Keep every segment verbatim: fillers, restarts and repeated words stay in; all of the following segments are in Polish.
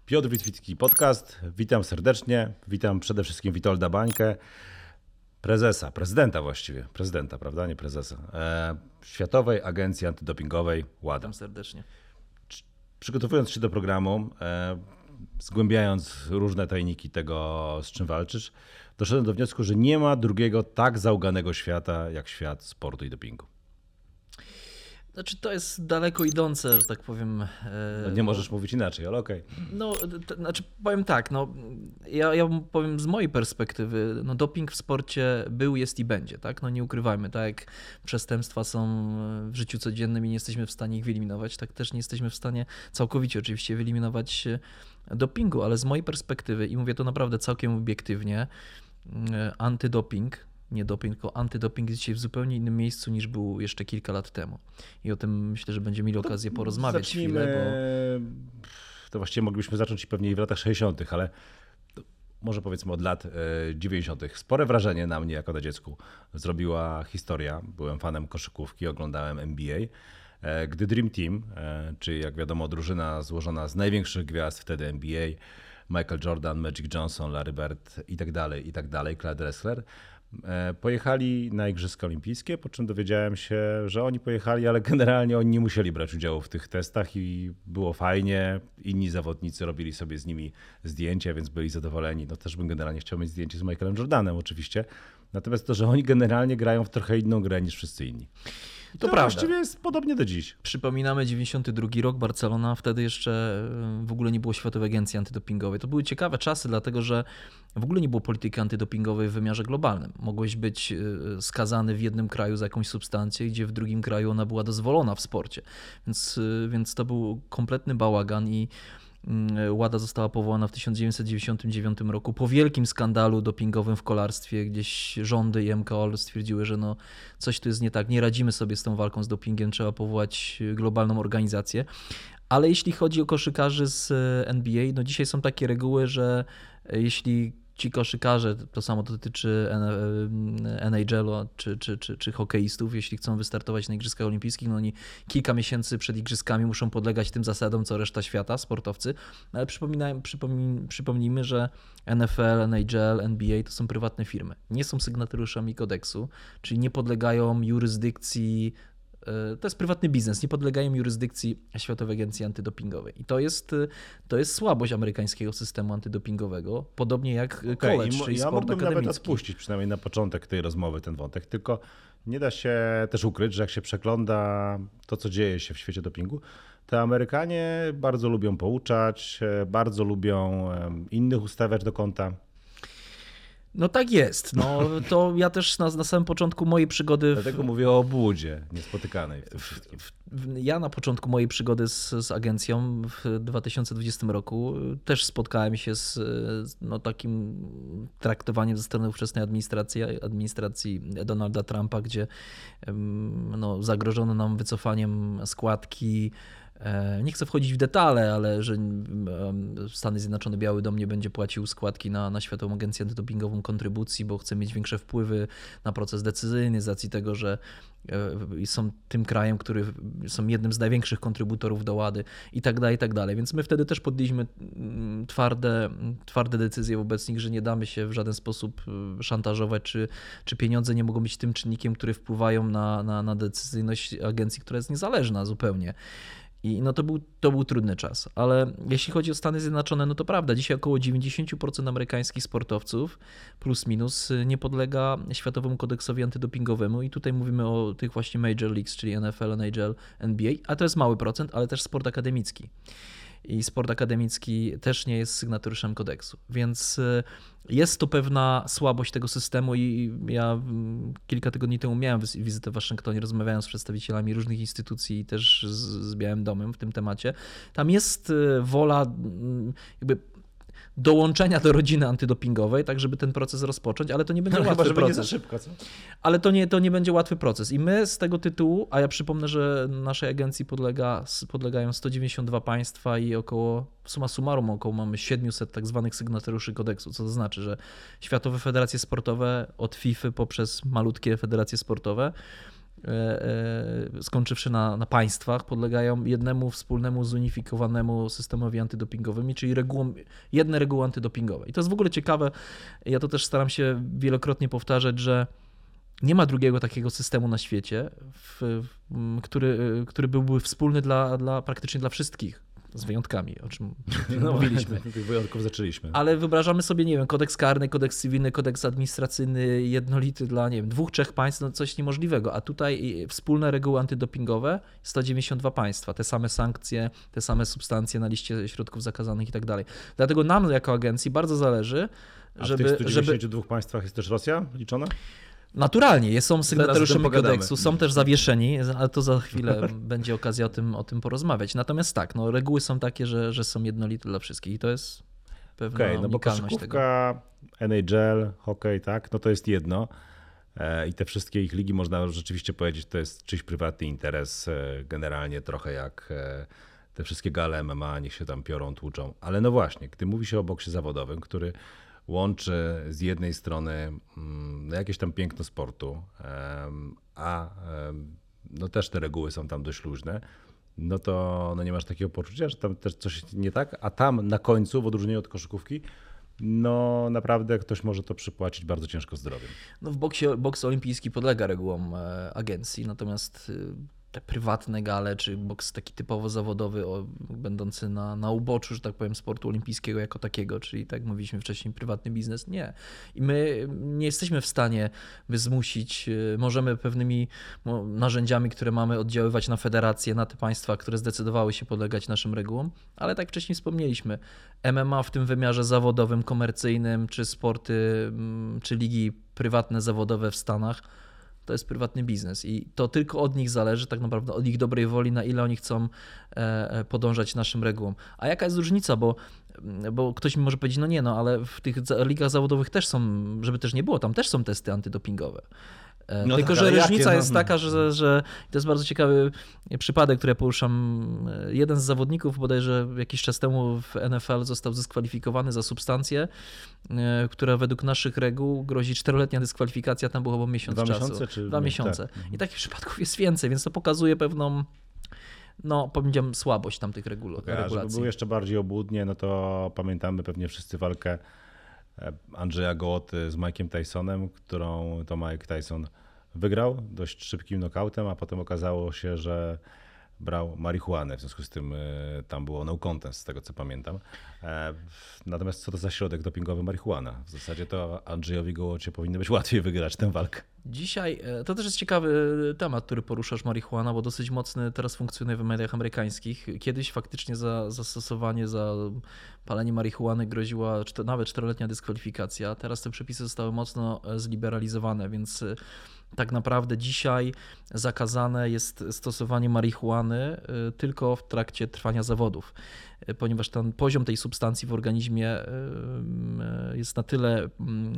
Piotr Witwicki Podcast. Witam serdecznie. Witam przede wszystkim Witolda Bańkę, prezesa, prezydenta właściwie, prezydenta, prawda, nie prezesa, e, Światowej Agencji Antydopingowej WADA. Witam serdecznie. Przygotowując się do programu, e, zgłębiając różne tajniki tego, z czym walczysz, doszedłem do wniosku, że nie ma drugiego tak zauganego świata jak świat sportu i dopingu. Znaczy to jest daleko idące, że tak powiem. No nie możesz mówić inaczej, ale okej. Okay. No, to, znaczy powiem tak, no, ja, ja powiem z mojej perspektywy, no doping w sporcie był, jest i będzie, tak? No nie ukrywajmy, tak jak przestępstwa są w życiu codziennym i nie jesteśmy w stanie ich wyeliminować, tak też nie jesteśmy w stanie całkowicie oczywiście wyeliminować dopingu, ale z mojej perspektywy, i mówię to naprawdę całkiem obiektywnie, antydoping, nie doping, tylko antydoping jest dzisiaj w zupełnie innym miejscu niż był jeszcze kilka lat temu. I o tym myślę, że będziemy mieli okazję porozmawiać zacznijmy, chwilę, bo... To właściwie moglibyśmy zacząć pewnie i w latach sześćdziesiątych, ale może powiedzmy od lat dziewięćdziesiątych. Spore wrażenie na mnie jako na dziecku zrobiła historia. Byłem fanem koszykówki, oglądałem N B A. Gdy Dream Team, czyli jak wiadomo drużyna złożona z największych gwiazd wtedy N B A, Michael Jordan, Magic Johnson, Larry Bird i tak dalej, i tak dalej, Clyde Drexler, pojechali na Igrzyska Olimpijskie, po czym dowiedziałem się, że oni pojechali, ale generalnie oni nie musieli brać udziału w tych testach i było fajnie. Inni zawodnicy robili sobie z nimi zdjęcia, więc byli zadowoleni. No też bym generalnie chciał mieć zdjęcie z Michaelem Jordanem oczywiście. Natomiast to, że oni generalnie grają w trochę inną grę niż wszyscy inni. To, to prawda. Właściwie jest podobnie do dziś. Przypominamy dziewięćdziesiąty drugi rok, Barcelona, wtedy jeszcze w ogóle nie było Światowej Agencji Antydopingowej. To były ciekawe czasy, dlatego że w ogóle nie było polityki antydopingowej w wymiarze globalnym. Mogłeś być skazany w jednym kraju za jakąś substancję, gdzie w drugim kraju ona była dozwolona w sporcie. Więc, więc to był kompletny bałagan i WADA została powołana w tysiąc dziewięćset dziewięćdziesiątym dziewiątym roku po wielkim skandalu dopingowym w kolarstwie. Gdzieś rządy i M K O L stwierdziły, że no coś tu jest nie tak, nie radzimy sobie z tą walką z dopingiem, trzeba powołać globalną organizację. Ale jeśli chodzi o koszykarzy z N B A, no dzisiaj są takie reguły, że jeśli ci koszykarze, to samo to dotyczy N H L czy, czy, czy, czy hokeistów, jeśli chcą wystartować na Igrzyskach Olimpijskich, no oni kilka miesięcy przed Igrzyskami muszą podlegać tym zasadom, co reszta świata, sportowcy. Ale przypominajmy, przypomnij, przypomnijmy, że N F L, N H L, N B A to są prywatne firmy. Nie są sygnatariuszami kodeksu, czyli nie podlegają jurysdykcji. To jest prywatny biznes, nie podlegają jurysdykcji Światowej Agencji Antydopingowej. I to jest, to jest słabość amerykańskiego systemu antydopingowego, podobnie jak okay, college, czyli ja sport mógłbym akademicki. Nawet odpuścić przynajmniej na początek tej rozmowy ten wątek, tylko nie da się też ukryć, że jak się przegląda to, co dzieje się w świecie dopingu, to Amerykanie bardzo lubią pouczać, bardzo lubią innych ustawiać do kąta. No tak jest. No, to ja też na, na samym początku mojej przygody... W... Dlatego mówię o obłudzie niespotykanej. W, w, w, ja na początku mojej przygody z, z agencją w dwa tysiące dwudziestym roku też spotkałem się z no, takim traktowaniem ze strony ówczesnej administracji, administracji Donalda Trumpa, gdzie no, zagrożono nam wycofaniem składki. Nie chcę wchodzić w detale, ale że Stany Zjednoczone, Biały Dom nie będzie płacił składki na, na Światową Agencję Antydopingową kontrybucji, bo chce mieć większe wpływy na proces decyzyjny z racji tego, że są tym krajem, który są jednym z największych kontrybutorów do WADY i tak dalej, i tak dalej. Więc my wtedy też podjęliśmy twarde, twarde decyzje wobec nich, że nie damy się w żaden sposób szantażować, czy, czy pieniądze nie mogą być tym czynnikiem, który wpływają na, na, na decyzyjność agencji, która jest niezależna zupełnie. I no to był, to był trudny czas, ale jeśli chodzi o Stany Zjednoczone, no to prawda, dzisiaj około dziewięćdziesiąt procent amerykańskich sportowców plus minus nie podlega Światowemu Kodeksowi Antydopingowemu i tutaj mówimy o tych właśnie Major Leagues, czyli N F L, N H L, N B A, a to jest mały procent, ale też sport akademicki. I sport akademicki też nie jest sygnatariuszem kodeksu, więc jest to pewna słabość tego systemu i ja kilka tygodni temu miałem wizytę w Waszyngtonie, rozmawiałem z przedstawicielami różnych instytucji i też z, z Białym Domem w tym temacie. Tam jest wola jakby dołączenia do rodziny antydopingowej, tak żeby ten proces rozpocząć, ale to nie będzie no, łatwy chyba, proces. Nie za szybko, co? Ale to nie, to nie będzie łatwy proces. I my z tego tytułu, a ja przypomnę, że naszej agencji podlega, podlegają sto dziewięćdziesiąt dwa państwa i około, summa summarum, około mamy siedemset tak zwanych sygnatariuszy kodeksu, co to znaczy, że światowe federacje sportowe od FIFA poprzez malutkie federacje sportowe skończywszy na, na państwach, podlegają jednemu wspólnemu, zunifikowanemu systemowi antydopingowi, czyli regułom, jedne reguły antydopingowe. I to jest w ogóle ciekawe, ja to też staram się wielokrotnie powtarzać, że nie ma drugiego takiego systemu na świecie, w, który, który byłby wspólny dla, dla praktycznie dla wszystkich. Z wyjątkami, o czym no, mówiliśmy. Tych wyjątków zaczęliśmy. Ale wyobrażamy sobie, nie wiem, kodeks karny, kodeks cywilny, kodeks administracyjny, jednolity dla, nie wiem, dwóch, trzech państw, no coś niemożliwego. A tutaj wspólne reguły antydopingowe, sto dziewięćdziesiąt dwa państwa, te same sankcje, te same substancje na liście środków zakazanych i tak dalej. Dlatego nam jako agencji bardzo zależy, A żeby... w tych stu dziewięćdziesięciu dwóch żeby... państwach jest też Rosja liczona? Naturalnie, są sygnatariuszami pogadamy. kodeksu, są też zawieszeni, ale to za chwilę będzie okazja o tym, o tym porozmawiać. Natomiast tak, no, reguły są takie, że, że są jednolite dla wszystkich i to jest pewna Okej, okay, no bo unikalność koszykówka, tego. N H L, hokej, tak, no to jest jedno. I te wszystkie ich ligi, można rzeczywiście powiedzieć, to jest czyjś prywatny interes, generalnie trochę jak te wszystkie gale M M A, niech się tam piorą, tłuczą. Ale no właśnie, gdy mówi się o boksie zawodowym, który łączy z jednej strony no jakieś tam piękno sportu, a no też te reguły są tam dość luźne, no to no nie masz takiego poczucia, że tam też coś nie tak, a tam na końcu, w odróżnieniu od koszykówki, no naprawdę ktoś może to przypłacić bardzo ciężko zdrowiem. No w boksie, boks olimpijski podlega regułom agencji, natomiast te prywatne gale, czy boks taki typowo zawodowy, o, będący na, na uboczu, że tak powiem, sportu olimpijskiego jako takiego, czyli tak jak mówiliśmy wcześniej, prywatny biznes, nie. I my nie jesteśmy w stanie by zmusić, możemy pewnymi narzędziami, które mamy, oddziaływać na federacje, na te państwa, które zdecydowały się podlegać naszym regułom, ale tak wcześniej wspomnieliśmy, M M A w tym wymiarze zawodowym, komercyjnym, czy sporty, czy ligi prywatne, zawodowe w Stanach, to jest prywatny biznes i to tylko od nich zależy, tak naprawdę od ich dobrej woli, na ile oni chcą podążać naszym regułom. A jaka jest różnica, bo, bo ktoś mi może powiedzieć, no nie, no ale w tych ligach zawodowych też są, żeby też nie było, tam też są testy antydopingowe. No Tylko, tak, że różnica jakie? jest taka, że, że to jest bardzo ciekawy przypadek, który ja poruszam. Jeden z zawodników bodajże jakiś czas temu w N F L został dyskwalifikowany za substancję, która według naszych reguł grozi czteroletnia dyskwalifikacja, tam było chyba miesiąc Dwa czasu. Miesiące, czy... Dwa miesiące. Tak. I takich przypadków jest więcej, więc to pokazuje pewną, no powiedziałem, słabość tamtych regul- okay, regulacji. A żeby było jeszcze bardziej obłudnie, no to pamiętamy pewnie wszyscy walkę Andrzeja Gołoty z Mike'iem Tysonem, którą to Mike Tyson wygrał dość szybkim knockoutem, a potem okazało się, że brał marihuanę, w związku z tym tam było no contest, z tego co pamiętam. Natomiast co to za środek dopingowy marihuana? W zasadzie to Andrzejowi Gołocie powinno być łatwiej wygrać tę walkę. Dzisiaj, to też jest ciekawy temat, który poruszasz, marihuana, bo dosyć mocny teraz funkcjonuje w mediach amerykańskich. Kiedyś faktycznie za zastosowanie, za palenie marihuany groziła nawet czteroletnia dyskwalifikacja. Teraz te przepisy zostały mocno zliberalizowane, więc tak naprawdę dzisiaj zakazane jest stosowanie marihuany tylko w trakcie trwania zawodów, ponieważ ten poziom tej substancji w organizmie jest na tyle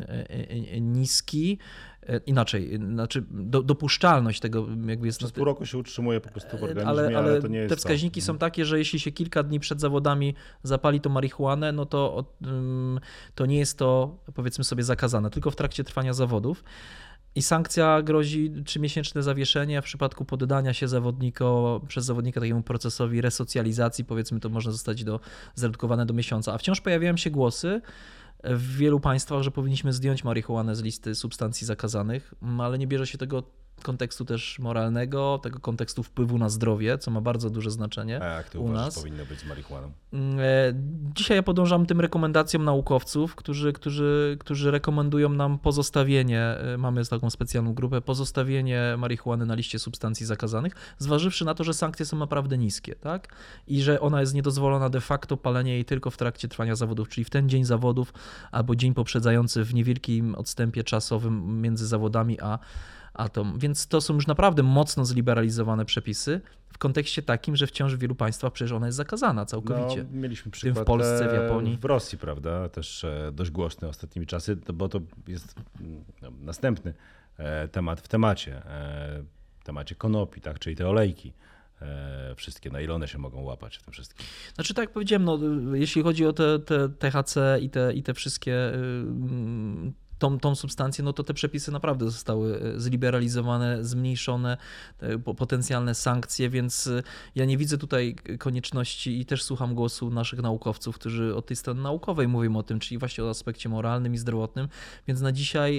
niski, inaczej, znaczy do, dopuszczalność tego jakby jest... Przez pół roku się utrzymuje po prostu w organizmie, ale, ale, ale to nie jest te wskaźniki to. są takie, że jeśli się kilka dni przed zawodami zapali to marihuanę, no to, to nie jest to, powiedzmy sobie, zakazane, tylko w trakcie trwania zawodów. I sankcja grozi trzymiesięczne zawieszenie, a w przypadku poddania się zawodniko, przez zawodnika takiemu procesowi resocjalizacji, powiedzmy, to można zostać do, zredukowane do miesiąca. A wciąż pojawiają się głosy w wielu państwach, że powinniśmy zdjąć marihuanę z listy substancji zakazanych, ale nie bierze się tego kontekstu też moralnego, tego kontekstu wpływu na zdrowie, co ma bardzo duże znaczenie. A jak ty u uważasz, nas powinno być z marihuaną? Dzisiaj ja podążam tym rekomendacjom naukowców, którzy, którzy, którzy rekomendują nam pozostawienie, mamy taką specjalną grupę, pozostawienie marihuany na liście substancji zakazanych, zważywszy na to, że sankcje są naprawdę niskie, tak? I że ona jest niedozwolona de facto palenie jej tylko w trakcie trwania zawodów, czyli w ten dzień zawodów albo dzień poprzedzający w niewielkim odstępie czasowym między zawodami a atom. Więc to są już naprawdę mocno zliberalizowane przepisy w kontekście takim, że wciąż w wielu państwach przecież ona jest zakazana całkowicie. No, mieliśmy przykład w Polsce, w Japonii. W Rosji, prawda, też dość głośny ostatnimi czasy, bo to jest no, następny temat w temacie, temacie konopi, tak, czyli te olejki. Wszystkie, na ile one się mogą łapać w tym wszystkim. Znaczy tak jak powiedziałem, no, jeśli chodzi o te, te T H C i te, i te wszystkie tą, tą substancję, no to te przepisy naprawdę zostały zliberalizowane, zmniejszone, potencjalne sankcje, więc ja nie widzę tutaj konieczności i też słucham głosu naszych naukowców, którzy od tej strony naukowej mówią o tym, czyli właśnie o aspekcie moralnym i zdrowotnym, więc na dzisiaj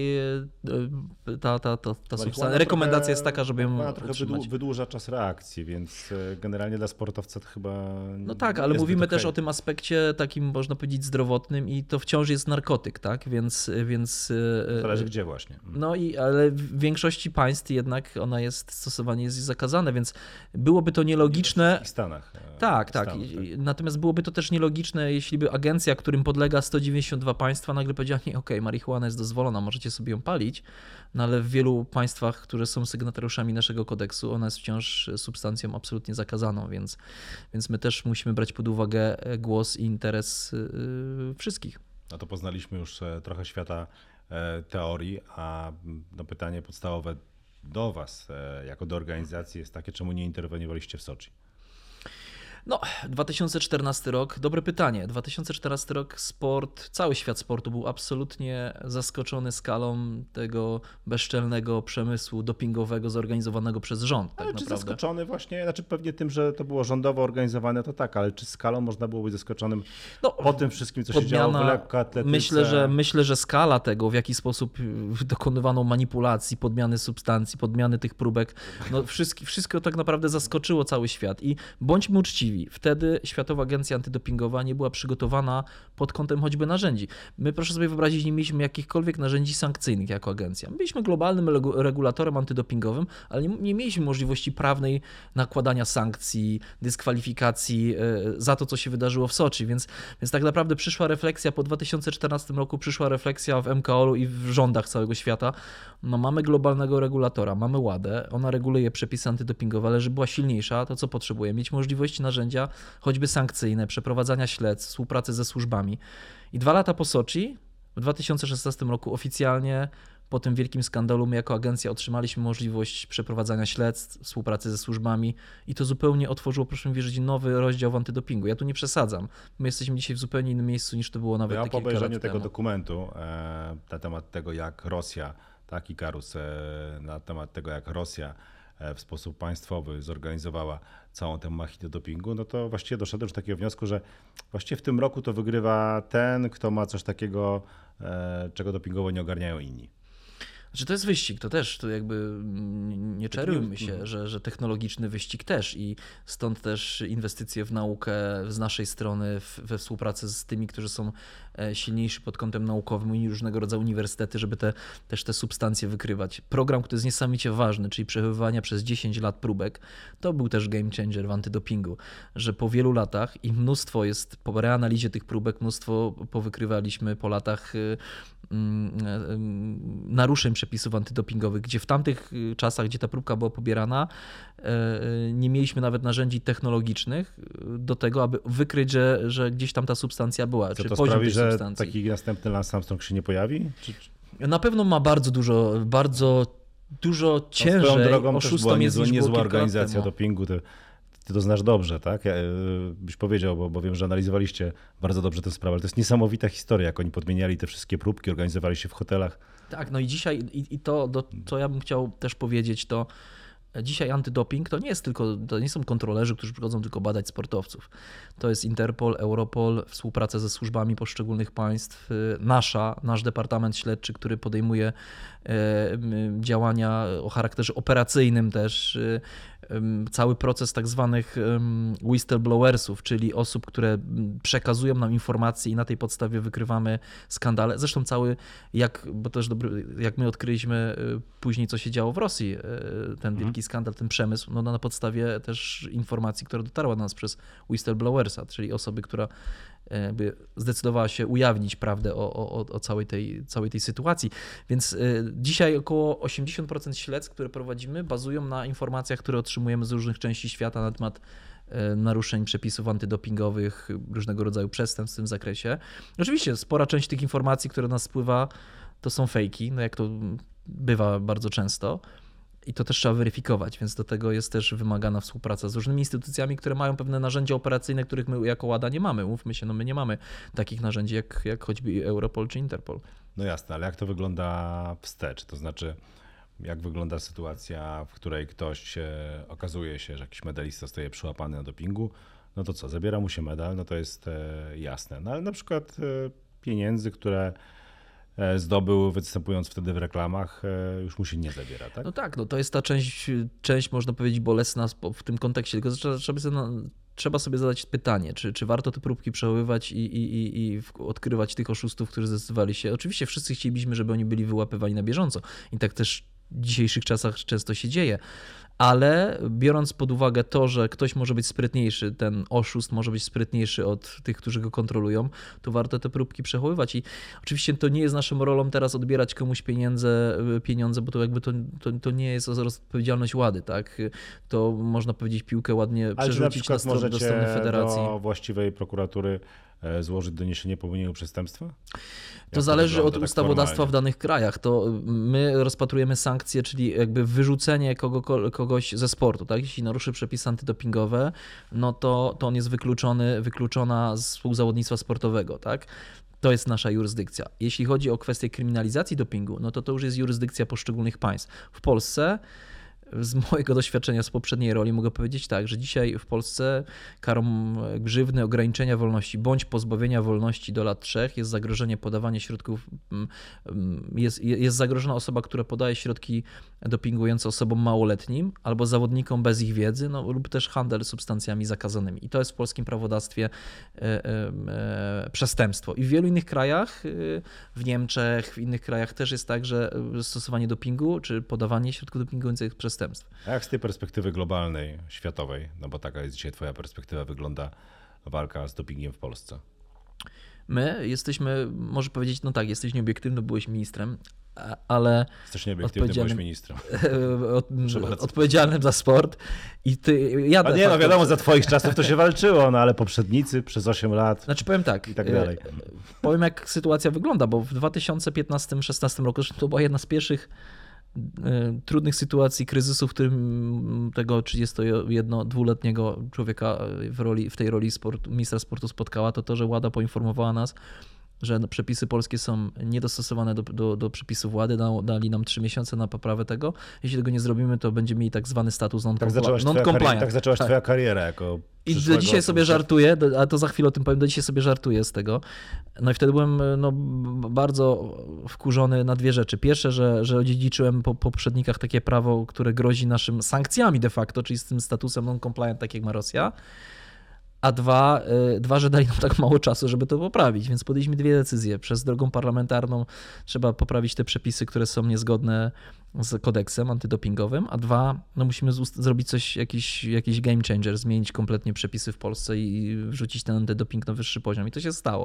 ta, ta, ta, ta substancja, rekomendacja jest taka, żeby ją Ona trochę utrzymać. wydłuża czas reakcji, więc generalnie dla sportowca to chyba No tak, ale mówimy też o tym aspekcie takim, można powiedzieć, zdrowotnym i to wciąż jest narkotyk, tak, więc... więc zależy gdzie właśnie. No i ale w większości państw jednak ona jest, stosowanie jest zakazane, więc byłoby to nielogiczne... W Stanach. Tak, w tak. Stanach, tak. Natomiast byłoby to też nielogiczne, jeśli by agencja, którym podlega sto dziewięćdziesiąt dwa państwa, nagle powiedziała, nie, okej, okay, marihuana jest dozwolona, możecie sobie ją palić, no ale w wielu państwach, które są sygnatariuszami naszego kodeksu, ona jest wciąż substancją absolutnie zakazaną, więc, więc my też musimy brać pod uwagę głos i interes yy, wszystkich. No to poznaliśmy już trochę świata teorii, a no pytanie podstawowe do Was, jako do organizacji, jest takie, czemu nie interweniowaliście w Soczi? No, dwa tysiące czternasty rok, dobre pytanie. dwa tysiące czternasty rok sport, cały świat sportu był absolutnie zaskoczony skalą tego bezczelnego przemysłu dopingowego zorganizowanego przez rząd. Tak ale czy naprawdę. zaskoczony właśnie, znaczy pewnie tym, że to było rządowo organizowane, to tak, ale czy skalą można było być zaskoczonym no, po tym wszystkim, co podmiana, się działo w lekkoatletyce? Myślę że, myślę, że skala tego, w jaki sposób dokonywano manipulacji, podmiany substancji, podmiany tych próbek, no wszystko, wszystko tak naprawdę zaskoczyło cały świat i bądźmy uczciwi. Wtedy Światowa Agencja Antydopingowa nie była przygotowana pod kątem choćby narzędzi. My, proszę sobie wyobrazić, nie mieliśmy jakichkolwiek narzędzi sankcyjnych jako agencja. Byliśmy globalnym regulatorem antydopingowym, ale nie, nie mieliśmy możliwości prawnej nakładania sankcji, dyskwalifikacji za to, co się wydarzyło w Soczi. Więc, więc tak naprawdę przyszła refleksja po dwa tysiące czternastym roku, przyszła refleksja w M K O L-u i w rządach całego świata. No, mamy globalnego regulatora, mamy ładę, ona reguluje przepisy antydopingowe, ale żeby była silniejsza, to co potrzebuje? Mieć możliwości narzędzi, choćby sankcyjne, przeprowadzania śledztw, współpracy ze służbami. I dwa lata po Soczi, w dwa tysiące szesnastym roku oficjalnie, po tym wielkim skandalu, my jako agencja otrzymaliśmy możliwość przeprowadzania śledztw, współpracy ze służbami i to zupełnie otworzyło, proszę mi wierzyć, nowy rozdział w antydopingu. Ja tu nie przesadzam. My jesteśmy dzisiaj w zupełnie innym miejscu niż to było nawet ja te kilka lat temu. po obejrzeniu tego dokumentu e, na temat tego, jak Rosja, taki Ikarus, e, na temat tego, jak Rosja w sposób państwowy zorganizowała całą tę machinę dopingu, no to właściwie doszedłem do takiego wniosku, że właściwie w tym roku to wygrywa ten, kto ma coś takiego, czego dopingowo nie ogarniają inni. Znaczy to jest wyścig, to też, to jakby nie czarujmy się, że, że technologiczny wyścig też i stąd też inwestycje w naukę z naszej strony w, we współpracy z tymi, którzy są silniejsi pod kątem naukowym i różnego rodzaju uniwersytety, żeby te, też te substancje wykrywać. Program, który jest niesamowicie ważny, czyli przechowywania przez dziesięć lat próbek, to był też game changer w antydopingu, że po wielu latach i mnóstwo jest, po reanalizie tych próbek, mnóstwo powykrywaliśmy po latach naruszeń przepisów antydopingowych, gdzie w tamtych czasach, gdzie ta próbka była pobierana, nie mieliśmy nawet narzędzi technologicznych do tego, aby wykryć, że, że gdzieś tam ta substancja była. Co czy to poziom sprawi, tej że substancji. taki następny Lance Armstrong się nie pojawi? Czy... Na pewno ma bardzo dużo, bardzo dużo No, ciężej drogą oszustom jest niezła, niż było niezła kilka lat organizacja temu. dopingu. Ty, ty to znasz dobrze, tak? Ja, byś powiedział, bo, bo wiem, że analizowaliście bardzo dobrze tę sprawę, ale to jest niesamowita historia, jak oni podmieniali te wszystkie próbki, organizowali się w hotelach. Tak, no i dzisiaj, i, i to, do, co ja bym chciał też powiedzieć, to dzisiaj antydoping to nie jest tylko, to nie są kontrolerzy, którzy przychodzą tylko badać sportowców. To jest Interpol, Europol, współpraca ze służbami poszczególnych państw, nasza, nasz Departament Śledczy, który podejmuje działania o charakterze operacyjnym też, cały proces tak zwanych whistleblowersów, czyli osób, które przekazują nam informacje i na tej podstawie wykrywamy skandale. Zresztą cały, jak, bo też dobry, jak my odkryliśmy później, co się działo w Rosji, ten wielki skandal, ten przemysł, no na podstawie też informacji, która dotarła do nas przez whistleblowersa, czyli osoby, która jakby zdecydowała się ujawnić prawdę o, o, o całej, tej, całej tej sytuacji. Więc dzisiaj około osiemdziesiąt procent śledztw, które prowadzimy, bazują na informacjach, które otrzymujemy z różnych części świata na temat naruszeń przepisów antydopingowych, różnego rodzaju przestępstw w tym zakresie. Oczywiście spora część tych informacji, które do nas spływa, to są fejki, no jak to bywa bardzo często. I to też trzeba weryfikować, więc do tego jest też wymagana współpraca z różnymi instytucjami, które mają pewne narzędzia operacyjne, których my jako WADA nie mamy. Mówmy się, no my nie mamy takich narzędzi jak, jak choćby Europol czy Interpol. No jasne, ale jak to wygląda wstecz? To znaczy, jak wygląda sytuacja, w której ktoś się, okazuje się, że jakiś medalista zostaje przyłapany na dopingu, no to co, zabiera mu się medal, no to jest e, jasne. No ale na przykład e, pieniędzy, które e, zdobył występując wtedy w reklamach, e, już mu się nie zabiera, tak? No tak, no to jest ta część, część można powiedzieć bolesna w tym kontekście, tylko trzeba, trzeba sobie, trzeba sobie zadać pytanie, czy, czy warto te próbki przechowywać i, i, i, i odkrywać tych oszustów, którzy zdecydowali się. Oczywiście wszyscy chcielibyśmy, żeby oni byli wyłapywani na bieżąco i tak też w dzisiejszych czasach często się dzieje. Ale biorąc pod uwagę to, że ktoś może być sprytniejszy, ten oszust może być sprytniejszy od tych, którzy go kontrolują, to warto te próbki przechowywać. I oczywiście to nie jest naszą rolą teraz odbierać komuś pieniądze, pieniądze bo to jakby to, to, to nie jest odpowiedzialność Łady, tak? To można powiedzieć piłkę ładnie Ale przerzucić na, na stronę, do strony federacji. Do właściwej prokuratury złożyć doniesienie popełnienia przestępstwa? Jak to zależy wygląda, od tak ustawodawstwa formalnie? w danych krajach. To my rozpatrujemy sankcje, czyli jakby wyrzucenie kogo, kogoś ze sportu. Tak? Jeśli naruszy przepisy antydopingowe, no to, to on jest wykluczony, wykluczona z współzawodnictwa sportowego. Tak? To jest nasza jurysdykcja. Jeśli chodzi o kwestię kryminalizacji dopingu, no to to już jest jurysdykcja poszczególnych państw. W Polsce z mojego doświadczenia z poprzedniej roli mogę powiedzieć tak, że dzisiaj w Polsce karą grzywny, ograniczenia wolności bądź pozbawienia wolności do lat trzech jest zagrożenie podawania środków, jest, jest zagrożona osoba, która podaje środki dopingujące osobom małoletnim albo zawodnikom bez ich wiedzy, no, lub też handel substancjami zakazanymi. I to jest w polskim prawodawstwie e, e, e, przestępstwo. I w wielu innych krajach, w Niemczech, w innych krajach też jest tak, że stosowanie dopingu czy podawanie środków dopingujących jest przestępstwem. A jak z tej perspektywy globalnej, światowej, no bo taka jest dzisiaj twoja perspektywa, wygląda walka z dopingiem w Polsce? My jesteśmy, może powiedzieć, no tak, jesteś nieobiektywny, byłeś ministrem, ale... Jesteś nieobiektywny, byłeś ministrem. Od, odpowiedzialnym za sport. I ty, ja A nie, no wiadomo, za twoich czasów to się walczyło, no ale poprzednicy przez osiem lat znaczy, powiem tak, i tak dalej. Powiem, jak sytuacja wygląda, bo w dwa tysiące piętnastym szesnastym roku, zresztą to była jedna z pierwszych trudnych sytuacji, kryzysu, w którym tego trzydziestojedno-dwuletniego człowieka w, roli, w tej roli sport, ministra sportu spotkała, to to, że Łada poinformowała nas, że przepisy polskie są niedostosowane do, do, do przepisów Łady, dali nam trzy miesiące na poprawę tego. Jeśli tego nie zrobimy, to będziemy mieli tak zwany status non-compliant. Tak zaczęłaś, twoja, tak zaczęłaś tak. twoja kariera jako I do dzisiaj sobie żartuję, a to za chwilę o tym powiem, do dzisiaj sobie żartuję z tego. No i wtedy byłem no, bardzo wkurzony na dwie rzeczy. Pierwsze, że, że odziedziczyłem po poprzednikach takie prawo, które grozi naszym sankcjami de facto, czyli z tym statusem non-compliant, tak jak ma Rosja. A dwa, dwa, że dali nam tak mało czasu, żeby to poprawić, więc podjęliśmy dwie decyzje. Przez drogą parlamentarną trzeba poprawić te przepisy, które są niezgodne z kodeksem antydopingowym, a dwa, no musimy zrobić coś, jakiś, jakiś game changer, zmienić kompletnie przepisy w Polsce i wrzucić ten antydoping na wyższy poziom. I to się stało.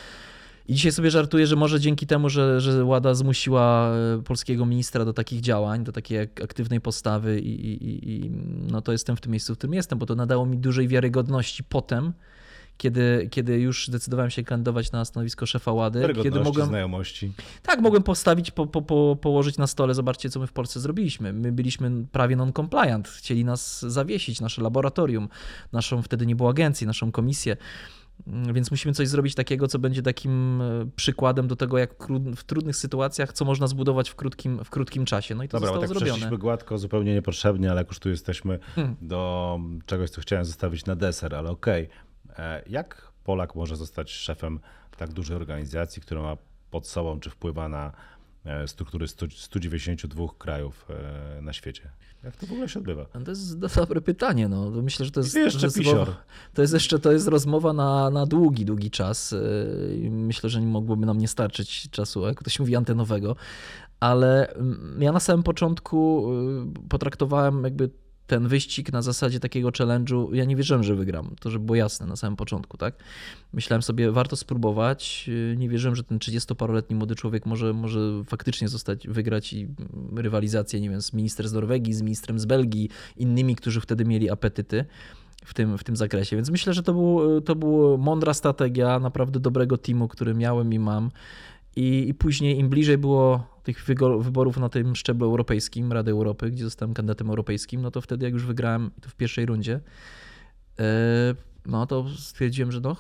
I dzisiaj sobie żartuję, że może dzięki temu, że, że Łada zmusiła polskiego ministra do takich działań, do takiej aktywnej postawy i, i, i no to jestem w tym miejscu, w którym jestem, bo to nadało mi dużej wiarygodności potem, kiedy, kiedy już zdecydowałem się kandydować na stanowisko szefa Łady. Kiedy mogłem, znajomości. Tak, mogłem postawić, po, po, po, położyć na stole, zobaczcie, co my w Polsce zrobiliśmy. My byliśmy prawie non-compliant, chcieli nas zawiesić, nasze laboratorium, naszą, wtedy nie było agencji, naszą komisję. Więc musimy coś zrobić takiego, co będzie takim przykładem do tego, jak w trudnych sytuacjach, co można zbudować w krótkim, w krótkim czasie. No i to Dobra, zostało tak zrobione. przeszliśmy gładko, zupełnie niepotrzebnie, ale jak już tu jesteśmy Hmm. do czegoś, co chciałem zostawić na deser, ale okej. Okay. Jak Polak może zostać szefem tak dużej organizacji, która ma pod sobą, czy wpływa na struktury stu dziewięćdziesięciu dwóch krajów na świecie? Jak to w ogóle się odbywa? To jest dobre pytanie. No. Myślę, że to jest, jeszcze rozmowa, to jest jeszcze to jest rozmowa na, na długi, długi czas. Myślę, że nie mogłoby nam nie starczyć czasu, jak ktoś mówi, antenowego. Ale ja na samym początku potraktowałem jakby ten wyścig na zasadzie takiego challenge'u. Ja nie wierzyłem, że wygram. To, żeby było jasne na samym początku, tak? Myślałem sobie, warto spróbować. Nie wierzyłem, że ten trzydziestoparoletni młody człowiek może, może faktycznie zostać, wygrać i rywalizację, nie wiem, z ministrem z Norwegii, z ministrem z Belgii, innymi, którzy wtedy mieli apetyty w tym, w tym zakresie. Więc myślę, że to był, to była mądra strategia naprawdę dobrego teamu, który miałem i mam. I, I później im bliżej było tych wyborów na tym szczeblu europejskim, Rady Europy, gdzie zostałem kandydatem europejskim, no to wtedy jak już wygrałem to w pierwszej rundzie, no to stwierdziłem, że no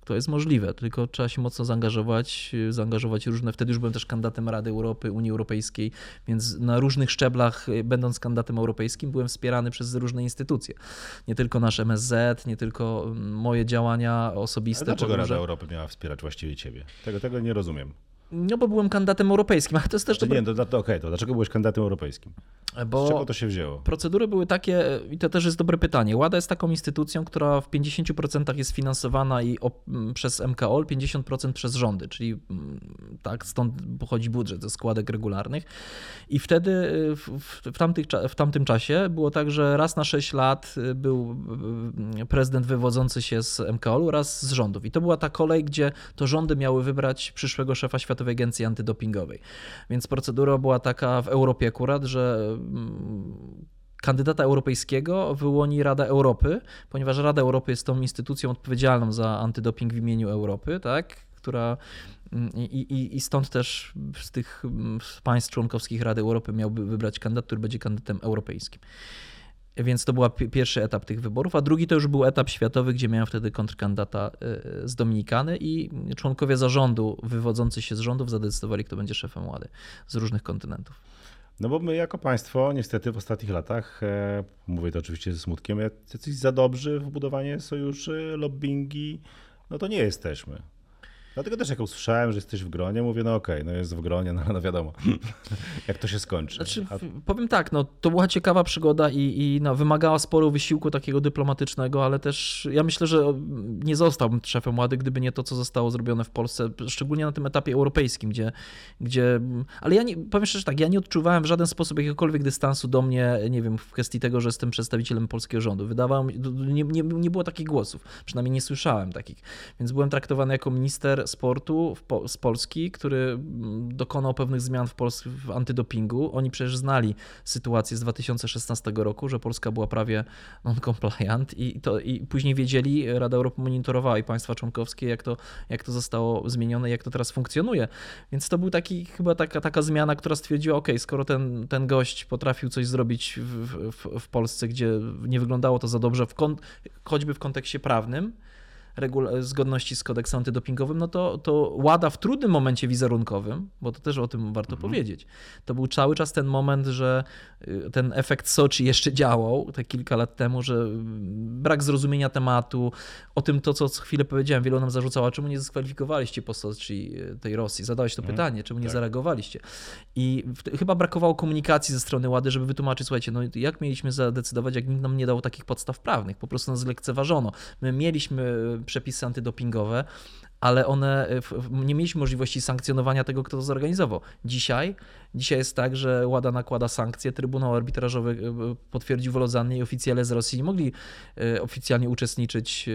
To jest możliwe, tylko trzeba się mocno zaangażować, zaangażować różne. Wtedy już byłem też kandydatem Rady Europy, Unii Europejskiej, więc na różnych szczeblach, będąc kandydatem europejskim, byłem wspierany przez różne instytucje. Nie tylko nasz M S Z, nie tylko moje działania osobiste. A dlaczego podróże. Rada Europy miała wspierać właściwie ciebie? Tego, tego nie rozumiem. No bo byłem kandydatem europejskim, ale to jest też To dobre... nie, to, to okej, to dlaczego byłeś kandydatem europejskim? Bo Z czego to się wzięło? procedury były takie, i to też jest dobre pytanie. WADA jest taką instytucją, która w pięćdziesięciu procentach jest finansowana i op- przez M K O L, pięćdziesiąt procent przez rządy, czyli tak, stąd pochodzi budżet ze składek regularnych. I wtedy w, w, w, tamtych, w tamtym czasie było tak, że raz na sześć lat był prezydent wywodzący się z M K O L-u, raz z rządów. I to była ta kolej, gdzie to rządy miały wybrać przyszłego szefa Światowej Agencji Antydopingowej. Więc procedura była taka w Europie akurat, że kandydata europejskiego wyłoni Rada Europy, ponieważ Rada Europy jest tą instytucją odpowiedzialną za antydoping w imieniu Europy, tak? Która i, i, i stąd też z tych państw członkowskich Rady Europy miałby wybrać kandydat, który będzie kandydatem europejskim. Więc to był pierwszy etap tych wyborów, a drugi to już był etap światowy, gdzie miałem wtedy kontrkandydata z Dominikany i członkowie zarządu wywodzący się z rządów zadecydowali, kto będzie szefem WADY z różnych kontynentów. No bo my jako państwo niestety w ostatnich latach, e, mówię to oczywiście ze smutkiem, jacyś za dobrzy w budowanie sojuszy, lobbingi, no to nie jesteśmy. Dlatego też jak usłyszałem, że jesteś w gronie, mówię, no okej, okay, no jest w gronie, no, no wiadomo, jak to się skończy. Znaczy, A... Powiem tak, no to była ciekawa przygoda i, i no, wymagała sporo wysiłku takiego dyplomatycznego, ale też ja myślę, że nie zostałbym szefem WADY, gdyby nie to, co zostało zrobione w Polsce, szczególnie na tym etapie europejskim, gdzie, gdzie ale ja nie, powiem szczerze tak, ja nie odczuwałem w żaden sposób jakiegokolwiek dystansu do mnie, nie wiem, w kwestii tego, że jestem przedstawicielem polskiego rządu. Wydawało mi, nie, nie, nie było takich głosów, przynajmniej nie słyszałem takich, więc byłem traktowany jako minister sportu w, z Polski, który dokonał pewnych zmian w Polsce w antydopingu. Oni przecież znali sytuację z dwa tysiące szesnastego roku, że Polska była prawie non-compliant i, to, i później wiedzieli, Rada Europy monitorowała i państwa członkowskie, jak to, jak to zostało zmienione, jak to teraz funkcjonuje. Więc to był taki, chyba taka, taka zmiana, która stwierdziła, ok, skoro ten, ten gość potrafił coś zrobić w, w, w Polsce, gdzie nie wyglądało to za dobrze, w kon, choćby w kontekście prawnym, zgodności z kodeksem antydopingowym, no to, to WADA w trudnym momencie wizerunkowym, bo to też o tym warto mhm. powiedzieć, to był cały czas ten moment, że ten efekt Soczi jeszcze działał, te kilka lat temu, że brak zrozumienia tematu, o tym to, co co chwilę powiedziałem, wielu nam zarzucało, czemu nie dyskwalifikowaliście po Soczi tej Rosji, zadałeś to mhm. pytanie, czemu nie tak. zareagowaliście. I w, chyba brakowało komunikacji ze strony WADY, żeby wytłumaczyć, słuchajcie, no jak mieliśmy zadecydować, jak nikt nam nie dał takich podstaw prawnych, po prostu nas zlekceważono. My mieliśmy przepisy antydopingowe, ale one, nie mieliśmy możliwości sankcjonowania tego, kto to zorganizował. Dzisiaj, dzisiaj jest tak, że WADA nakłada sankcje, Trybunał Arbitrażowy potwierdził wolozannie i oficjele z Rosji nie mogli oficjalnie uczestniczyć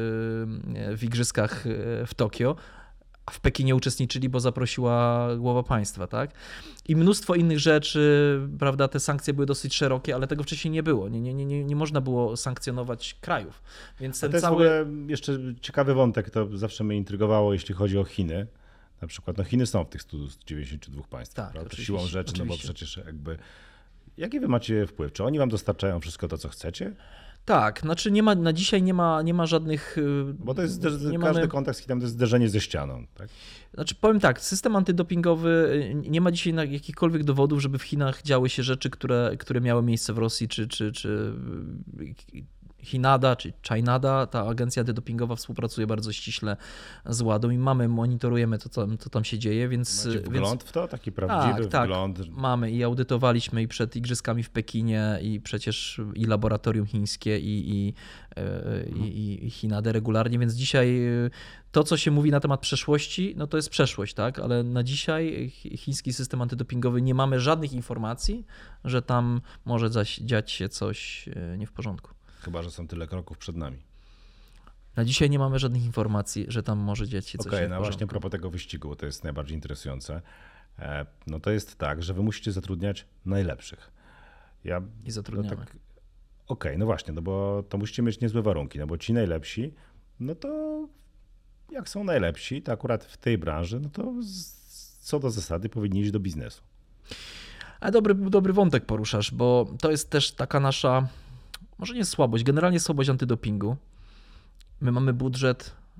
w igrzyskach w Tokio, a w Pekinie uczestniczyli, bo zaprosiła głowa państwa, tak? I mnóstwo innych rzeczy, prawda, te sankcje były dosyć szerokie, ale tego wcześniej nie było. Nie, nie, nie, nie można było sankcjonować krajów. Więc ten to jest cały... w ogóle jeszcze ciekawy wątek, to zawsze mnie intrygowało, jeśli chodzi o Chiny. Na przykład, no Chiny są w tych stu dziewięćdziesięciu dwóch państwach, tak, prawda? Siłą rzeczy, oczywiście. No bo przecież jakby, jaki wy macie wpływ? Czy oni wam dostarczają wszystko to, co chcecie? Tak, znaczy nie ma, na dzisiaj nie ma, nie ma żadnych... Bo to jest, zderz, każdy mamy... kontakt z Chinami to jest zderzenie ze ścianą, tak? Znaczy powiem tak, system antydopingowy, nie ma dzisiaj jakichkolwiek dowodów, żeby w Chinach działy się rzeczy, które, które miały miejsce w Rosji, czy, czy, czy Chinada, czy Chinada, ta agencja antydopingowa współpracuje bardzo ściśle z WADą i mamy, monitorujemy to, co, co tam się dzieje, więc... Macie wgląd więc... w to? Taki prawdziwy tak, wgląd? Tak, mamy i audytowaliśmy i przed igrzyskami w Pekinie i przecież i laboratorium chińskie i, i, i, i Chinadę regularnie, więc dzisiaj to, co się mówi na temat przeszłości, no to jest przeszłość, tak, ale na dzisiaj chiński system antydopingowy nie mamy żadnych informacji, że tam może dziać się coś nie w porządku. Chyba że są tyle kroków przed nami. Na dzisiaj nie mamy żadnych informacji, że tam może dziać się coś okay, nie w porządku. No właśnie a propos tego wyścigu, bo to jest najbardziej interesujące. No to jest tak, że wy musicie zatrudniać najlepszych. Ja, I zatrudniamy. No tak, Okej, okay, no właśnie, no bo to musicie mieć niezłe warunki, no bo ci najlepsi, no to jak są najlepsi, to akurat w tej branży, no to co do zasady powinni iść do biznesu. A dobry, dobry wątek poruszasz, bo to jest też taka nasza, może nie słabość, generalnie słabość antydopingu. My mamy budżet